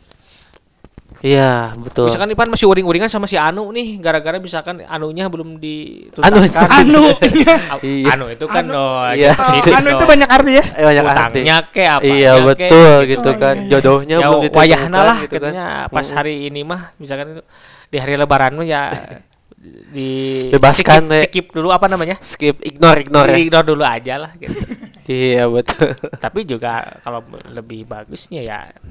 Iya, betul.
Misalkan Ipan masih uring-uringan sama si Anu nih, gara-gara misalkan Anunya belum dituntaskan.
Anu.
Iya.
Anu itu kan
Iya.
Anu itu banyak arti ya.
Banyak arti.
utangnya ke apa?
Iya, betul gitu kan. Jodohnya
Ya
belum ditentukan
wayahna lah
gitu kan.
katanya pas hari ini mah misalkan itu di hari lebaran mah ya di
Bebaskan,
skip dulu apa namanya?
Skip, ignore ya.
Ignore dulu aja lah gitu.
Iya, betul.
Tapi juga kalau lebih bagusnya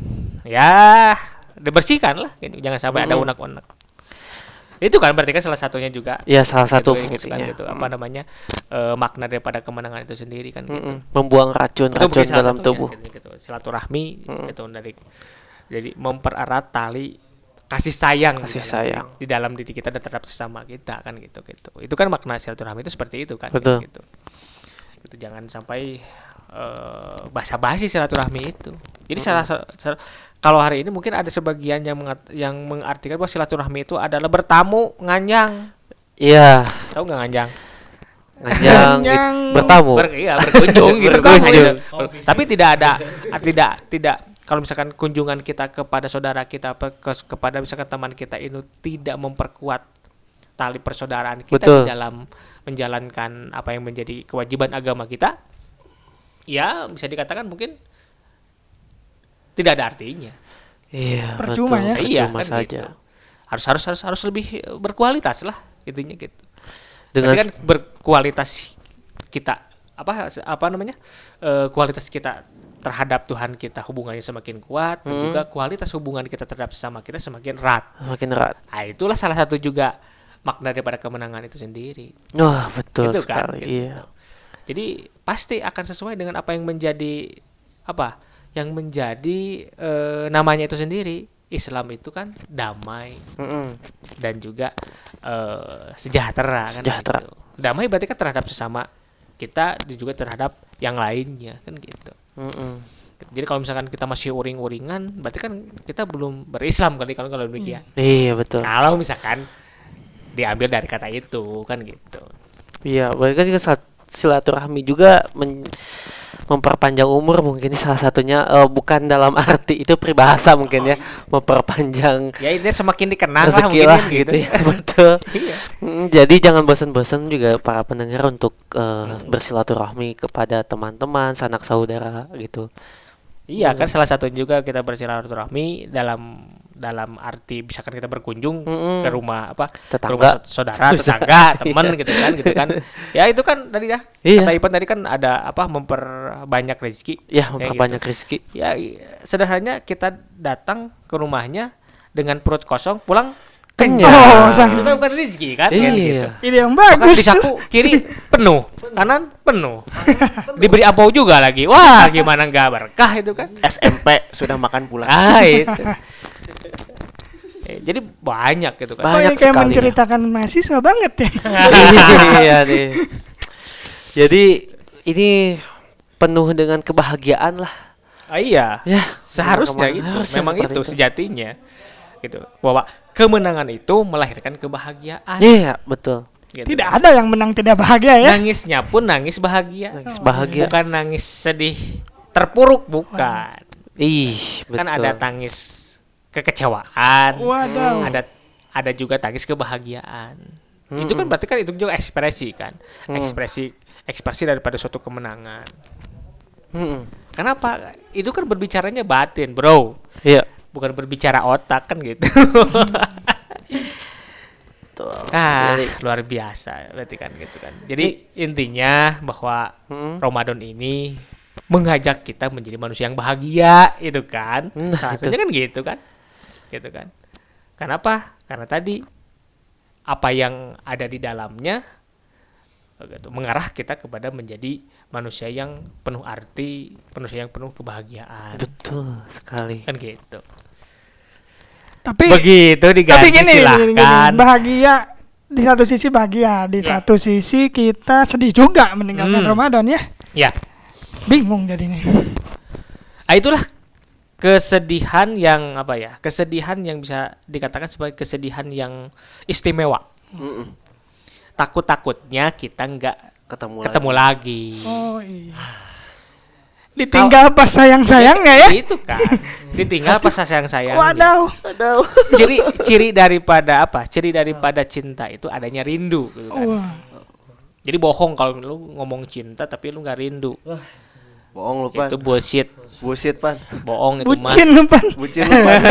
ya dibersihkan lah gitu. Jangan sampai ada unek-unek. Itu kan berarti kan salah satunya juga.
Ya, salah satu
gitu,
fungsinya.
gitu. Apa namanya? Makna daripada kemenangan itu sendiri kan gitu.
Membuang
Itu
racun-racun
mungkin salah
dalam
satunya,
tubuh.
gitu. Silaturahmi gitu dari jadi mempererat tali kasih sayang di dalam diri kita dan terhadap sesama kita kan gitu. Itu kan makna silaturahmi itu seperti itu kan.
Betul.
Gitu. Itu jangan sampai basa-basi silaturahmi itu. Jadi kalau hari ini mungkin ada sebagian yang mengartikan bahwa silaturahmi itu adalah bertamu nganjang.
Iya.
Tahu nggak nganjang?
Nganjang bertamu.
Berkunjung gitu kan.
Berkunjung.
Tapi tidak kalau misalkan kunjungan kita kepada saudara kita kepada misalkan teman kita itu tidak memperkuat tali persaudaraan kita
Betul.
di dalam menjalankan apa yang menjadi kewajiban agama kita, ya bisa dikatakan mungkin tidak ada artinya.
Iya,
Percuma
betul.
ya.
Iya,
Percuma
kan
saja.
Gitu. Harus lebih berkualitas lah intinya gitu.
Dengan
Berarti kan berkualitas kita apa namanya? Kualitas kita terhadap Tuhan kita hubungannya semakin kuat dan juga kualitas hubungan kita terhadap sesama kita semakin erat.
makin erat.
Nah, itulah salah satu juga makna daripada kemenangan itu sendiri.
Wah, betul
Gitu kan,
sekali.
gitu.
Iya.
Jadi pasti akan sesuai dengan apa yang menjadi namanya itu sendiri. Islam itu kan damai dan juga sejahtera kan
Sejahtera.
gitu. Damai berarti kan terhadap sesama kita dan juga terhadap yang lainnya kan gitu. Jadi kalau misalkan kita masih uring-uringan berarti kan kita belum berislam kali kalau demikian.
Iya, betul.
Kalau misalkan diambil dari kata itu kan gitu.
Iya, berarti kan juga silaturahmi juga memperpanjang umur mungkin ini salah satunya, bukan dalam arti itu peribahasa mungkin ya, memperpanjang
Ya ini semakin dikenal lah
rezeki
mungkin
lah
kan
gitu ya. Betul.
Iya.
Jadi jangan bosan-bosan juga para pendengar untuk bersilaturahmi kepada teman-teman, sanak saudara gitu.
Iya kan salah satunya juga kita bersilaturahmi dalam arti misalkan kita berkunjung ke rumah ke rumah saudara, tetangga, teman gitu kan. Ya itu kan tadi ya.
Iya.
Kata Ipan tadi kan ada memperbanyak rezeki.
Ya,
Kayak
memperbanyak
gitu.
rezeki.
Ya sederhananya kita datang ke rumahnya dengan perut kosong, pulang
Kenyang.
Itu kan bukan rezeki kan?
Iya.
Kan gitu.
Ini yang
Bahkan
bagus
di saku kiri penuh, kanan penuh. Diberi ampau juga lagi. Wah, gimana enggak berkah itu kan?
SMP sudah makan pulang.
Itu. Jadi banyak gitu kan.
Oh, ini
Banyak
kayak
sekali.
menceritakan mahasiswa banget ya.
Iya nih. Jadi ini penuh dengan kebahagiaan lah.
Iya.
Ya,
Seharusnya
memang
gitu.
harusnya
Memang
seperti
itu sejatinya. Gitu. Bahwa kemenangan itu melahirkan kebahagiaan.
Iya, betul.
Gitu.
Tidak ada yang menang tidak bahagia ya.
Nangisnya pun nangis bahagia.
Nangis bahagia.
Bukan nangis sedih terpuruk, bukan.
Ih, betul.
Kan ada tangis kekecewaan.
Waduh.
Ada juga tangis kebahagiaan. Itu kan berarti kan itu juga ekspresi kan. Ekspresi daripada suatu kemenangan. Kenapa? Itu kan berbicaranya batin, bro.
Iya.
Bukan berbicara otak kan gitu.
Betul.
Luar biasa berarti kan gitu kan. Jadi intinya bahwa Ramadan ini mengajak kita menjadi manusia yang bahagia itu kan. Salah satunya kan gitu kan. Gitu kan. Kenapa? Karena tadi apa yang ada di dalamnya gitu, mengarah kita kepada menjadi manusia yang penuh arti, manusia yang penuh kebahagiaan.
Betul sekali.
Kan gitu.
Tapi
Begitu diganti
gini,
silahkan.
bahagia di satu sisi bahagia, di satu sisi kita sedih juga meninggalkan Ramadan ya.
Ya.
Bingung jadinya.
Itulah kesedihan yang kesedihan yang bisa dikatakan sebagai kesedihan yang istimewa. Takut-takutnya kita nggak ketemu lagi.
Oh iya. Ditinggal pas sayang-sayangnya ya.
Itu kan. Ditinggal pas sayang-sayangnya.
Waduh.
Ciri daripada apa? Ciri daripada cinta itu adanya rindu gitu kan.
Wah.
Jadi bohong kalau lu ngomong cinta tapi lu nggak rindu.
Bohong lu Pan.
Itu bullshit.
Bullshit Pan.
Bohong itu mah.
Bucin lu Pan.
Bucin lu Pan.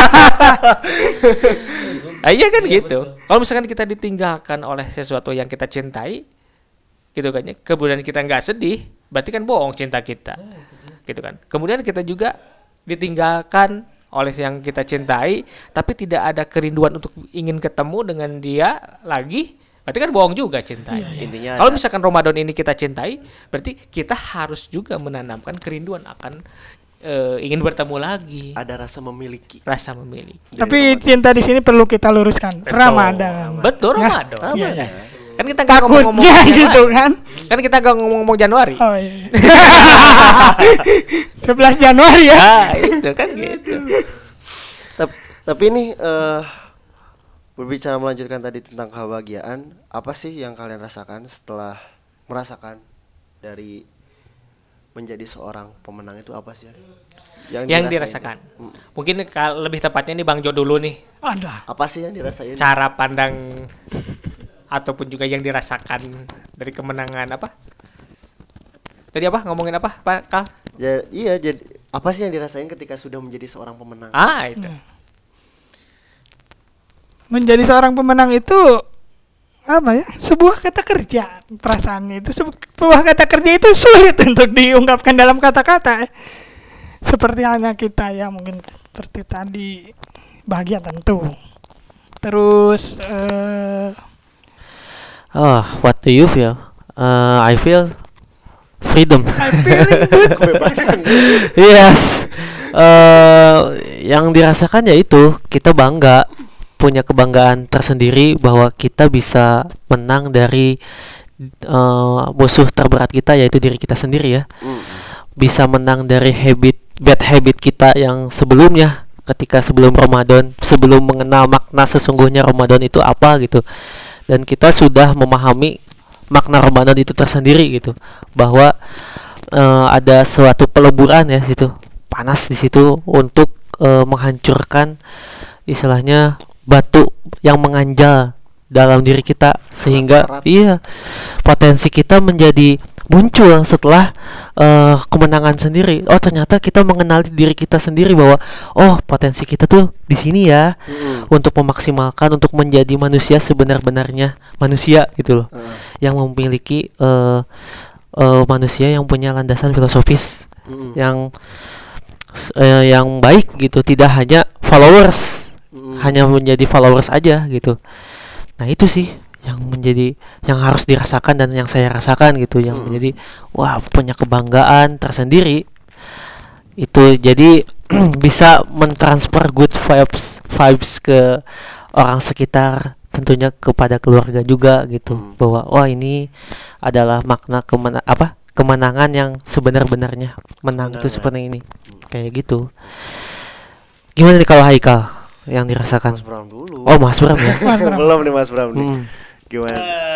Iya kan gitu. Kalau misalkan kita ditinggalkan oleh sesuatu yang kita cintai, gitu kan ya. Kemudian kita nggak sedih, berarti kan bohong cinta kita. Gitu kan. Kemudian kita juga ditinggalkan oleh yang kita cintai, tapi tidak ada kerinduan untuk ingin ketemu dengan dia lagi, berarti kan bohong juga cintanya.
Intinya
Kalau misalkan Ramadan ini kita cintai, berarti kita harus juga menanamkan kerinduan akan ingin bertemu lagi.
ada rasa memiliki.
Rasa memiliki.
Tapi cinta di sini perlu kita luruskan. Ramadan.
Betul,
Ya.
Ramadan.
Iya, iya.
Kan kita nggak ngomong-ngomong
Takutnya
Januari.
gitu kan.
Kan kita nggak ngomong-ngomong Januari.
Oh iya. 11 Januari ya.
Nah, itu kan gitu.
Tapi ini berbicara melanjutkan tadi tentang kebahagiaan, apa sih yang kalian rasakan setelah merasakan dari menjadi seorang pemenang itu apa sih?
Yang dirasakan. Mungkin lebih tepatnya nih Bang Jo dulu nih.
Aduh.
Apa sih yang dirasain?
Cara pandang ataupun juga yang dirasakan dari kemenangan apa? Tadi apa? Ngomongin apa, Pak Kal?
Ya, iya, jadi apa sih yang dirasain ketika sudah menjadi seorang pemenang?
Itu.
Menjadi seorang pemenang itu apa ya? Sebuah kata kerja. Perasaan itu sebuah kata kerja itu sulit untuk diungkapkan dalam kata-kata. Seperti halnya kita ya, mungkin seperti tadi, bahagia tentu. Terus
What do you feel? I feel freedom.
Kebebasan.
Yes. Yang dirasakan ya itu kita bangga, punya kebanggaan tersendiri bahwa kita bisa menang dari musuh terberat kita, yaitu diri kita sendiri ya. Bisa menang dari bad habit kita yang sebelumnya, ketika sebelum Ramadan, sebelum mengenal makna sesungguhnya Ramadan itu apa gitu. Dan kita sudah memahami makna Ramadan itu tersendiri gitu, bahwa ada suatu peleburan ya situ, panas di situ untuk menghancurkan istilahnya batu yang menganjal dalam diri kita, sehingga potensi kita menjadi muncul setelah kemenangan sendiri. Oh, ternyata kita mengenali diri kita sendiri bahwa potensi kita tuh di sini ya, untuk memaksimalkan, untuk menjadi manusia sebenar-benarnya manusia gitu loh, yang memiliki manusia yang punya landasan filosofis yang baik gitu, tidak hanya followers, hanya menjadi followers aja gitu. Nah itu sih yang harus dirasakan dan yang saya rasakan gitu, yang menjadi punya kebanggaan tersendiri itu. Jadi bisa mentransfer good vibes ke orang sekitar, tentunya kepada keluarga juga gitu, bahwa ini adalah makna kemenangan yang sebenar-benarnya. Menang itu seperti ini, kayak gitu. Gimana nih kalau Haikal yang dirasakan?
Mas Bram dulu.
Oh, Mas Bram ya.
Belum nih Mas Bram nih. Gimana?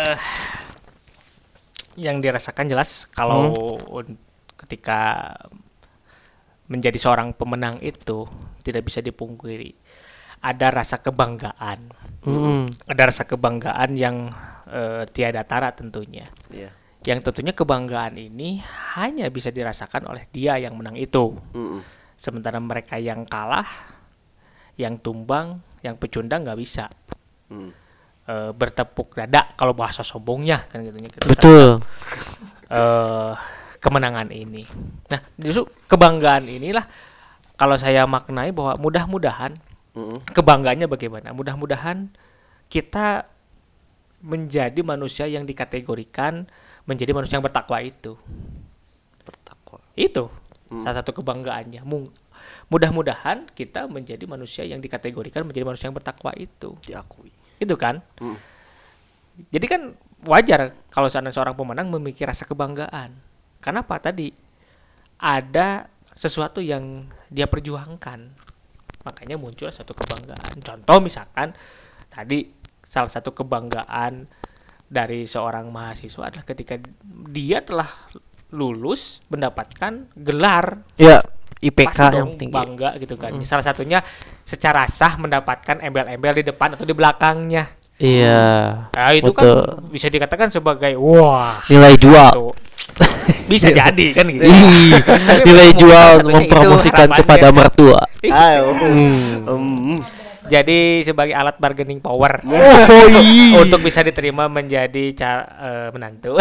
Yang dirasakan jelas kalau ketika menjadi seorang pemenang itu tidak bisa dipungkiri, ada rasa kebanggaan. Ada rasa kebanggaan yang tiada tara tentunya.
Iya.
Yang tentunya kebanggaan ini hanya bisa dirasakan oleh dia yang menang itu. Sementara mereka yang kalah, yang tumbang, yang pecundang nggak bisa bertepuk dada kalau bahasa sombongnya kan gitu.
Betul.
Kemenangan ini. Nah, justru kebanggaan inilah kalau saya maknai bahwa mudah-mudahan kebanggaannya bagaimana? Mudah-mudahan kita menjadi manusia yang dikategorikan menjadi manusia yang bertakwa itu.
Bertakwa.
Itu salah satu kebanggaannya. Mudah-mudahan kita menjadi manusia yang dikategorikan menjadi manusia yang bertakwa itu.
Diakui.
Itu kan? Jadi kan wajar kalau seorang pemenang memiliki rasa kebanggaan. Kenapa? Tadi ada sesuatu yang dia perjuangkan, makanya muncul satu kebanggaan. Contoh misalkan tadi salah satu kebanggaan dari seorang mahasiswa adalah ketika dia telah lulus mendapatkan gelar.
Ya, IPK
Pasti
yang
dong
tinggi.
bangga gitu kan. Salah satunya secara sah mendapatkan embel-embel di depan atau di belakangnya.
Iya.
Nah, itu
betul.
kan bisa dikatakan sebagai wah,
Nilai jual.
tuh. Bisa jadi kan gitu.
Ih, nilai
Mungkin
jual
salah satunya itu
mempromosikan
harapannya.
kepada mertua.
Ayo.
Hmm.
Jadi sebagai alat bargaining power
Oh iya.
untuk bisa diterima menjadi menantu.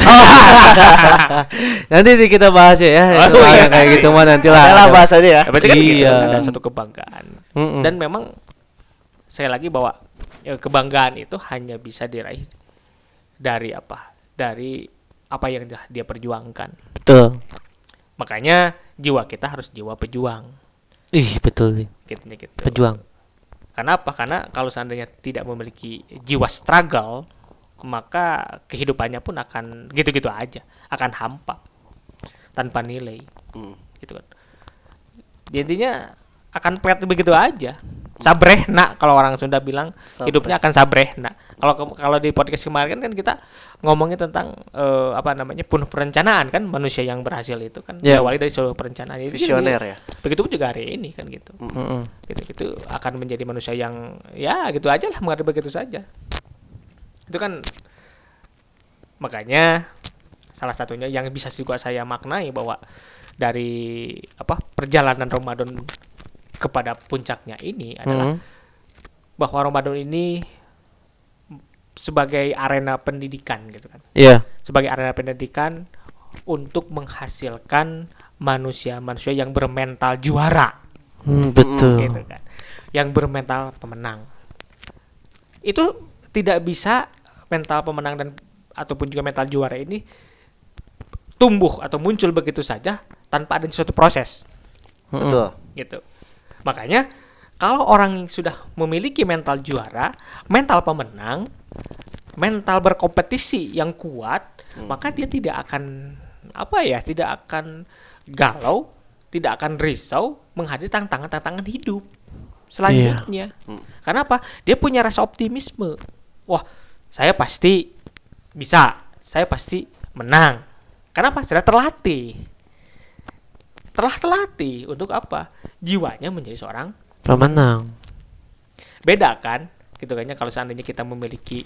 Nanti kita bahas ya,
Oh,
soal
iya,
yang kayak
nanti.
gitu mah nanti lah.
Adalah bahasanya ya.
Berarti kan gitu,
Iya.
ada satu kebanggaan.
Mm-mm.
Dan memang saya lagi bahwa kebanggaan itu hanya bisa diraih dari apa? Dari apa yang dia perjuangkan.
Betul.
Makanya jiwa kita harus jiwa pejuang.
Ih, betul nih.
Gitu.
Pejuang.
Karena apa? Karena kalau seandainya tidak memiliki jiwa struggle, maka kehidupannya pun akan gitu-gitu aja, akan hampa, tanpa nilai, gitu kan. Intinya akan pet begitu aja. Sabrehna kalau orang Sunda bilang, hidupnya akan sabrehna. Kalau di podcast kemarin kan kita ngomongin tentang penuh perencanaan kan, manusia yang berhasil itu kan
Yeah.
diawali dari sebuah perencanaan. Jadi
Visioner ya.
Begitu pun juga hari ini kan gitu.
Mm-mm.
Gitu akan menjadi manusia yang ya gitu aja lah, mengalir begitu saja. Itu kan makanya salah satunya yang bisa juga saya maknai bahwa dari perjalanan Ramadan kepada puncaknya ini adalah bahwa Ramadan ini sebagai arena pendidikan gitu kan.
Iya.
Sebagai arena pendidikan untuk menghasilkan manusia-manusia yang bermental juara.
Betul.
Gitu kan. Yang bermental pemenang. Itu tidak bisa mental pemenang dan ataupun juga mental juara ini tumbuh atau muncul begitu saja tanpa ada suatu proses.
Betul.
Gitu. Makanya kalau orang yang sudah memiliki mental juara, mental pemenang, mental berkompetisi yang kuat, maka dia tidak akan tidak akan galau, tidak akan risau menghadapi tantangan-tantangan hidup selanjutnya. Karena apa? Dia punya rasa optimisme. Wah, saya pasti bisa, saya pasti menang. Kenapa? Sudah terlatih. Telah terlatih untuk apa? Jiwanya menjadi seorang
Pemenang.
beda kan? Gitu kayaknya kalau seandainya kita memiliki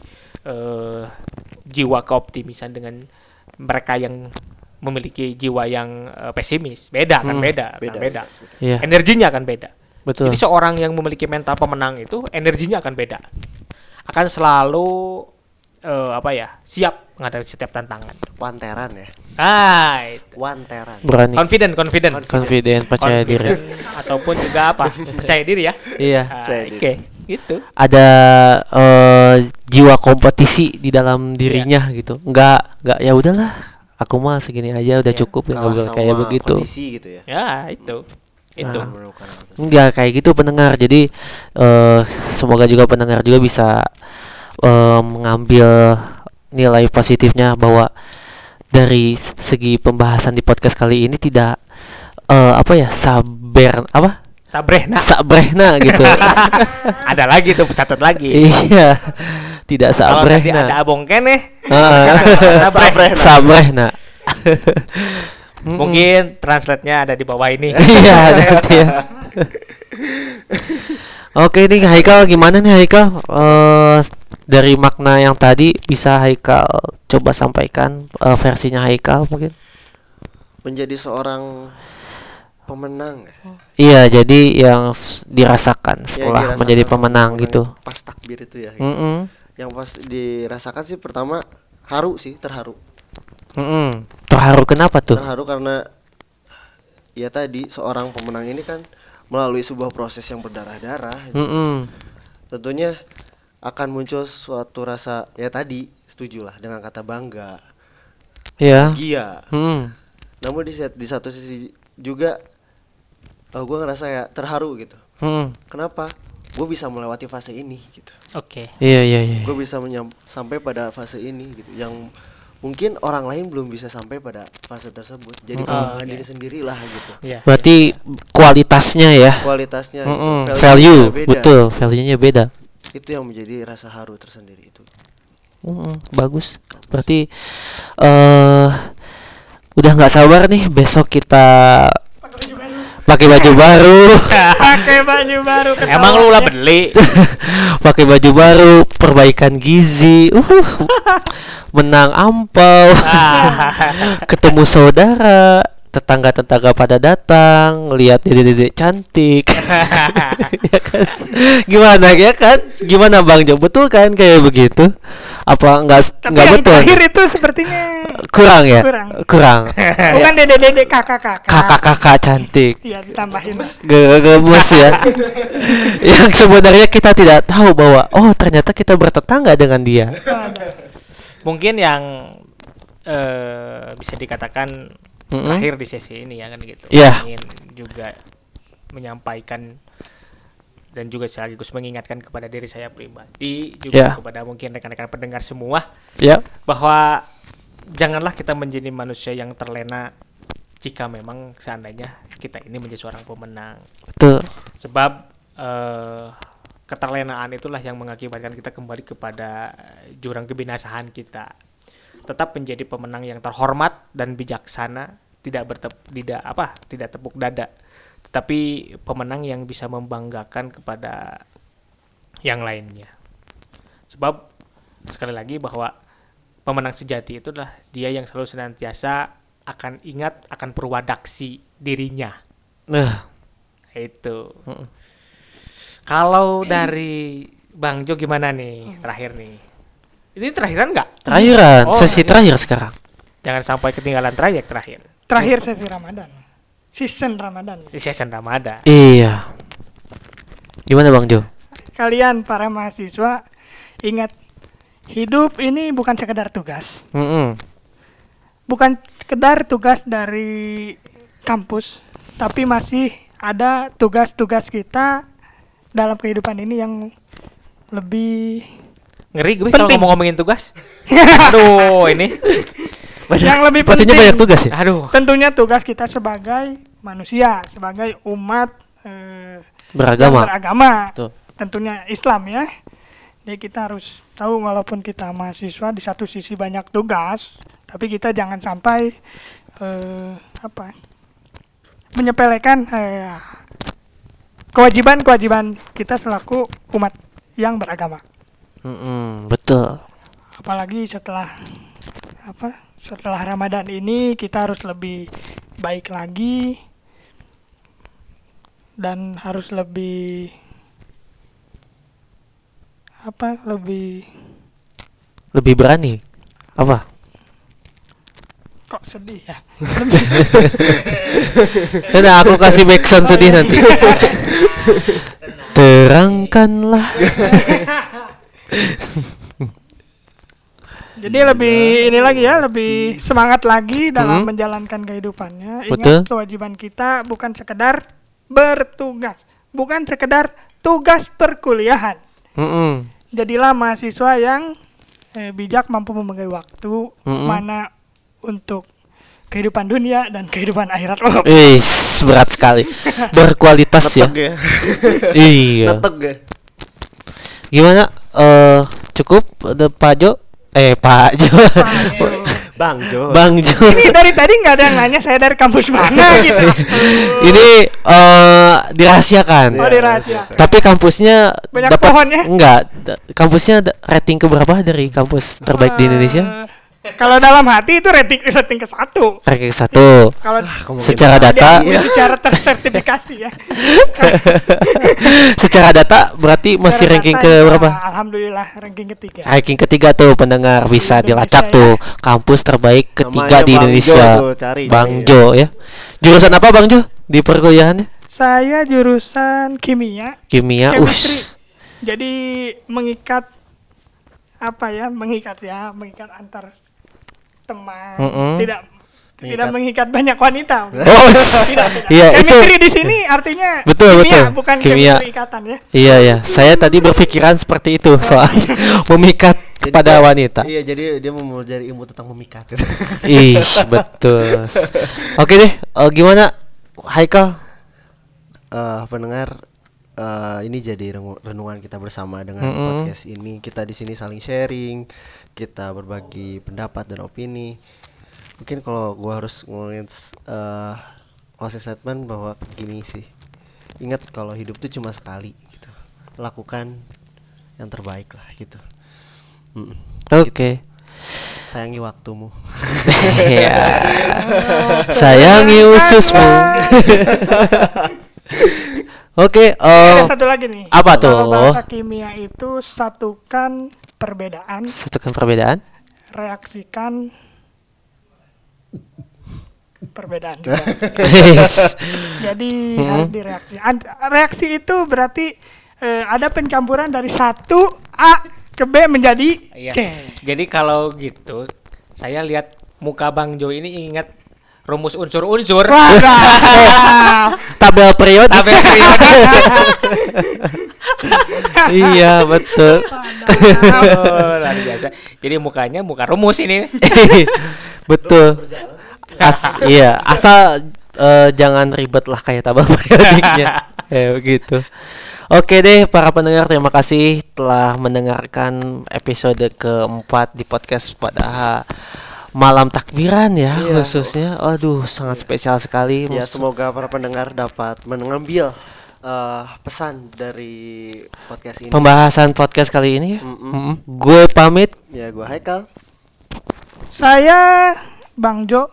jiwa keoptimisan dengan mereka yang memiliki jiwa yang pesimis, beda kan? Beda.
Iya.
Energinya akan beda.
Betul.
Jadi seorang yang memiliki mental pemenang itu energinya akan beda. Akan selalu siap menghadapi setiap tantangan.
Wanteran ya.
Itu.
Wanteran.
Berani.
Confident.
Confident, percaya diri.
Ataupun juga percaya diri ya.
Iya.
Percaya diri.
Oke, gitu.
Ada jiwa kompetisi di dalam dirinya gitu. Enggak ya udahlah. Aku mah segini aja udah cukup ya,
Kalah
nggak
sama
kayak begitu.
kondisi gitu ya.
Ya, itu. Itu.
Menemukan apa tuh.
Enggak kayak gitu pendengar. Jadi semoga juga pendengar juga bisa mengambil nilai positifnya bahwa dari segi pembahasan di podcast kali ini tidak sabrehna gitu.
Ada lagi tuh, catat lagi.
Iya. Tidak
Kalau nanti
sabrehna.
ada abong keneh,
Sabrehna.
Sabrehna.
mungkin translate-nya ada di bawah ini.
Iya, nanti ya. Oke nih Haikal, gimana nih Haikal? Dari makna yang tadi bisa Haikal coba sampaikan versinya Haikal mungkin?
Menjadi seorang pemenang ya.
Iya, jadi yang dirasakan setelah
dirasakan
menjadi
sama
pemenang gitu.
Pas takbir itu ya.
Mm-mm.
Yang pas dirasakan sih pertama terharu.
Mm-mm. Terharu kenapa tuh?
Terharu karena ya tadi seorang pemenang ini kan melalui sebuah proses yang berdarah-darah gitu.
Mm-mm.
Tentunya akan muncul suatu rasa ya tadi setujulah dengan kata bangga,
Iya.
bahagia. Namun di satu sisi juga gue ngerasa ya terharu gitu. Kenapa? Gue bisa melewati fase ini gitu.
Oke.
Iya.
Gue bisa sampai pada fase ini gitu, yang mungkin orang lain belum bisa sampai pada fase tersebut. Jadi kebanggaan diri sendirilah gitu.
Iya.
Berarti kualitasnya ya.
Kualitasnya gitu.
Value,
beda.
betul, value-nya beda.
Itu yang menjadi rasa haru tersendiri itu.
Bagus. Berarti udah nggak sabar nih besok kita pakai baju baru.
Pakai baju baru.
Emang lu lah beli.
Pakai baju baru, perbaikan gizi. Menang ampau. Ketemu saudara, tetangga-tetangga pada datang, lihat dede-dede cantik. Ya kan? Gimana ya kan? Gimana Bang Jo? Betul kan kayak begitu? Apa enggak
Tapi
enggak
yang
betul?
terakhir itu sepertinya
Kurang ya?
Kurang.
Kurang.
bukan dede-dede kakak-kakak.
Kakak-kakak cantik.
Iya, ditambahin.
Gemes ya. Yang sebenarnya kita tidak tahu bahwa ternyata kita bertetangga dengan dia.
Mungkin yang bisa dikatakan terakhir di sesi ini ya kan gitu.
Iya.
Ingin juga menyampaikan dan juga sekaligus mengingatkan kepada diri saya pribadi juga kepada mungkin rekan-rekan pendengar semua bahwa janganlah kita menjadi manusia yang terlena jika memang seandainya kita ini menjadi seorang pemenang.
Betul.
Sebab keterlenaan itulah yang mengakibatkan kita kembali kepada jurang kebinasaan kita. Tetap menjadi pemenang yang terhormat dan bijaksana, tidak tepuk dada, tetapi pemenang yang bisa membanggakan kepada yang lainnya. Sebab sekali lagi bahwa pemenang sejati itu adalah dia yang selalu senantiasa akan ingat akan perwadaksi dirinya. Itu. Kalau dari Bang Jo gimana nih terakhir nih? Ini terakhiran nggak?
Terakhiran, sesi terakhir sekarang.
Jangan sampai ketinggalan trayek terakhir.
Terakhir sesi Ramadan. Season Ramadan.
Season Ramadan.
Iya. Gimana Bang Jo?
Kalian para mahasiswa ingat, hidup ini bukan sekedar tugas. Bukan sekedar tugas dari kampus, tapi masih ada tugas-tugas kita dalam kehidupan ini yang lebih
ngeri gue kalau ngomongin tugas. Aduh, ini
yang lebih
sepertinya
penting.
Banyak tugas ya.
Aduh.
Tentunya tugas kita sebagai manusia, sebagai umat
beragama.
Betul. Tentunya Islam ya. Jadi kita harus tahu walaupun kita mahasiswa di satu sisi banyak tugas, tapi kita jangan sampai menyepelekan kewajiban-kewajiban kita selaku umat yang beragama.
Betul.
Apalagi setelah Ramadan ini kita harus lebih baik lagi dan harus lebih
berani. Apa?
Kok sedih ya?
Nah, aku kasih backsound sedih nanti. Terangkanlah.
Jadi lebih semangat lagi dalam menjalankan kehidupannya. Ingat, kewajiban kita bukan sekedar bertugas, bukan sekedar tugas perkuliahan. Jadilah mahasiswa yang bijak, mampu membagi waktu mana untuk kehidupan dunia dan kehidupan akhirat.
Berat sekali. Berkualitas ya. Iya. Gimana? Cukup ada Pak Jo? Pak Jo.
Bang Jo.
Ini dari tadi nggak ada yang nanya saya dari kampus mana gitu.
Ini dirahasiakan.
Dirahasiakan.
Tapi kampusnya
banyak
dapat
pohonnya?
Enggak. Kampusnya rating keberapa dari kampus terbaik di Indonesia?
Kalau dalam hati itu rating ke-1.
Ranking 1.
Kalau
secara data
secara tersertifikasi ya.
Secara data berarti masih ranking ke berapa?
Alhamdulillah ranking ketiga.
Ranking ketiga tuh pendengar bisa dilacak tuh kampus terbaik ketiga di Indonesia. Bang Jo ya. Jurusan apa Bang Jo di perkuliahannya?
Saya jurusan kimia.
Chemistry.
Jadi mengikat antar teman, tidak mengikat banyak wanita.
Iya,
chemistry di sini artinya
betul,
bukan
kimia
ikatan ya.
Iya. Saya tadi berpikiran seperti itu soalnya memikat pada wanita.
Iya, jadi dia mau belajar ilmu tentang memikat.
Betul. Oke deh, gimana Haikal?
Pendengar, ini jadi renungan kita bersama dengan podcast ini. Kita di sini saling sharing, kita berbagi pendapat dan opini. Mungkin kalau gua harus ngomongin closing statement bahwa gini sih. Ingat kalau hidup tuh cuma sekali gitu. Lakukan yang terbaik lah gitu.
Oke.
Sayangi waktumu.
Iya. Sayangi ususmu. Oke,
Ada satu lagi nih.
apa
Kalau
tuh?
bahasa kimia itu satukan perbedaan,
Satukan perbedaan.
reaksikan perbedaan juga.
Yes.
Jadi harus direaksi. Reaksi itu berarti ada pencampuran dari satu A ke B menjadi
Iya.
C.
Jadi kalau gitu, saya lihat muka Bang Jo ini ingat rumus unsur-unsur.
Tabel periode.
Tabel periode.
Iya, betul.
Oh, luar biasa. Jadi mukanya muka rumus ini.
Betul. Iya, asal jangan ribet lah kayak tabel periodiknya. Begitu. Oke deh para pendengar, terima kasih telah mendengarkan episode keempat di podcast pada malam takbiran ya.
Iya.
Khususnya. Aduh, sangat spesial sekali.
Ya, semoga para pendengar dapat mengambil pesan dari podcast ini.
Pembahasan podcast kali ini ya.
Mm-mm.
Gue pamit.
Ya, gua Haikal.
Saya Bang Jo.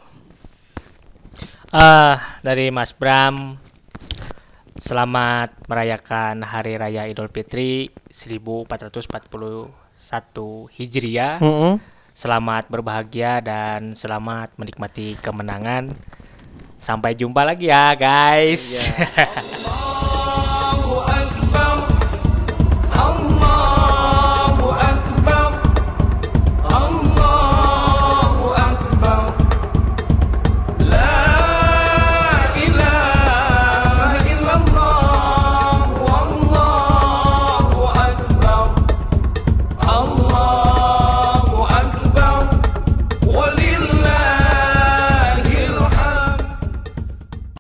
Dari Mas Bram, selamat merayakan Hari Raya Idul Fitri 1441 Hijriah. Selamat berbahagia dan selamat menikmati kemenangan. Sampai jumpa lagi ya guys.
Iya.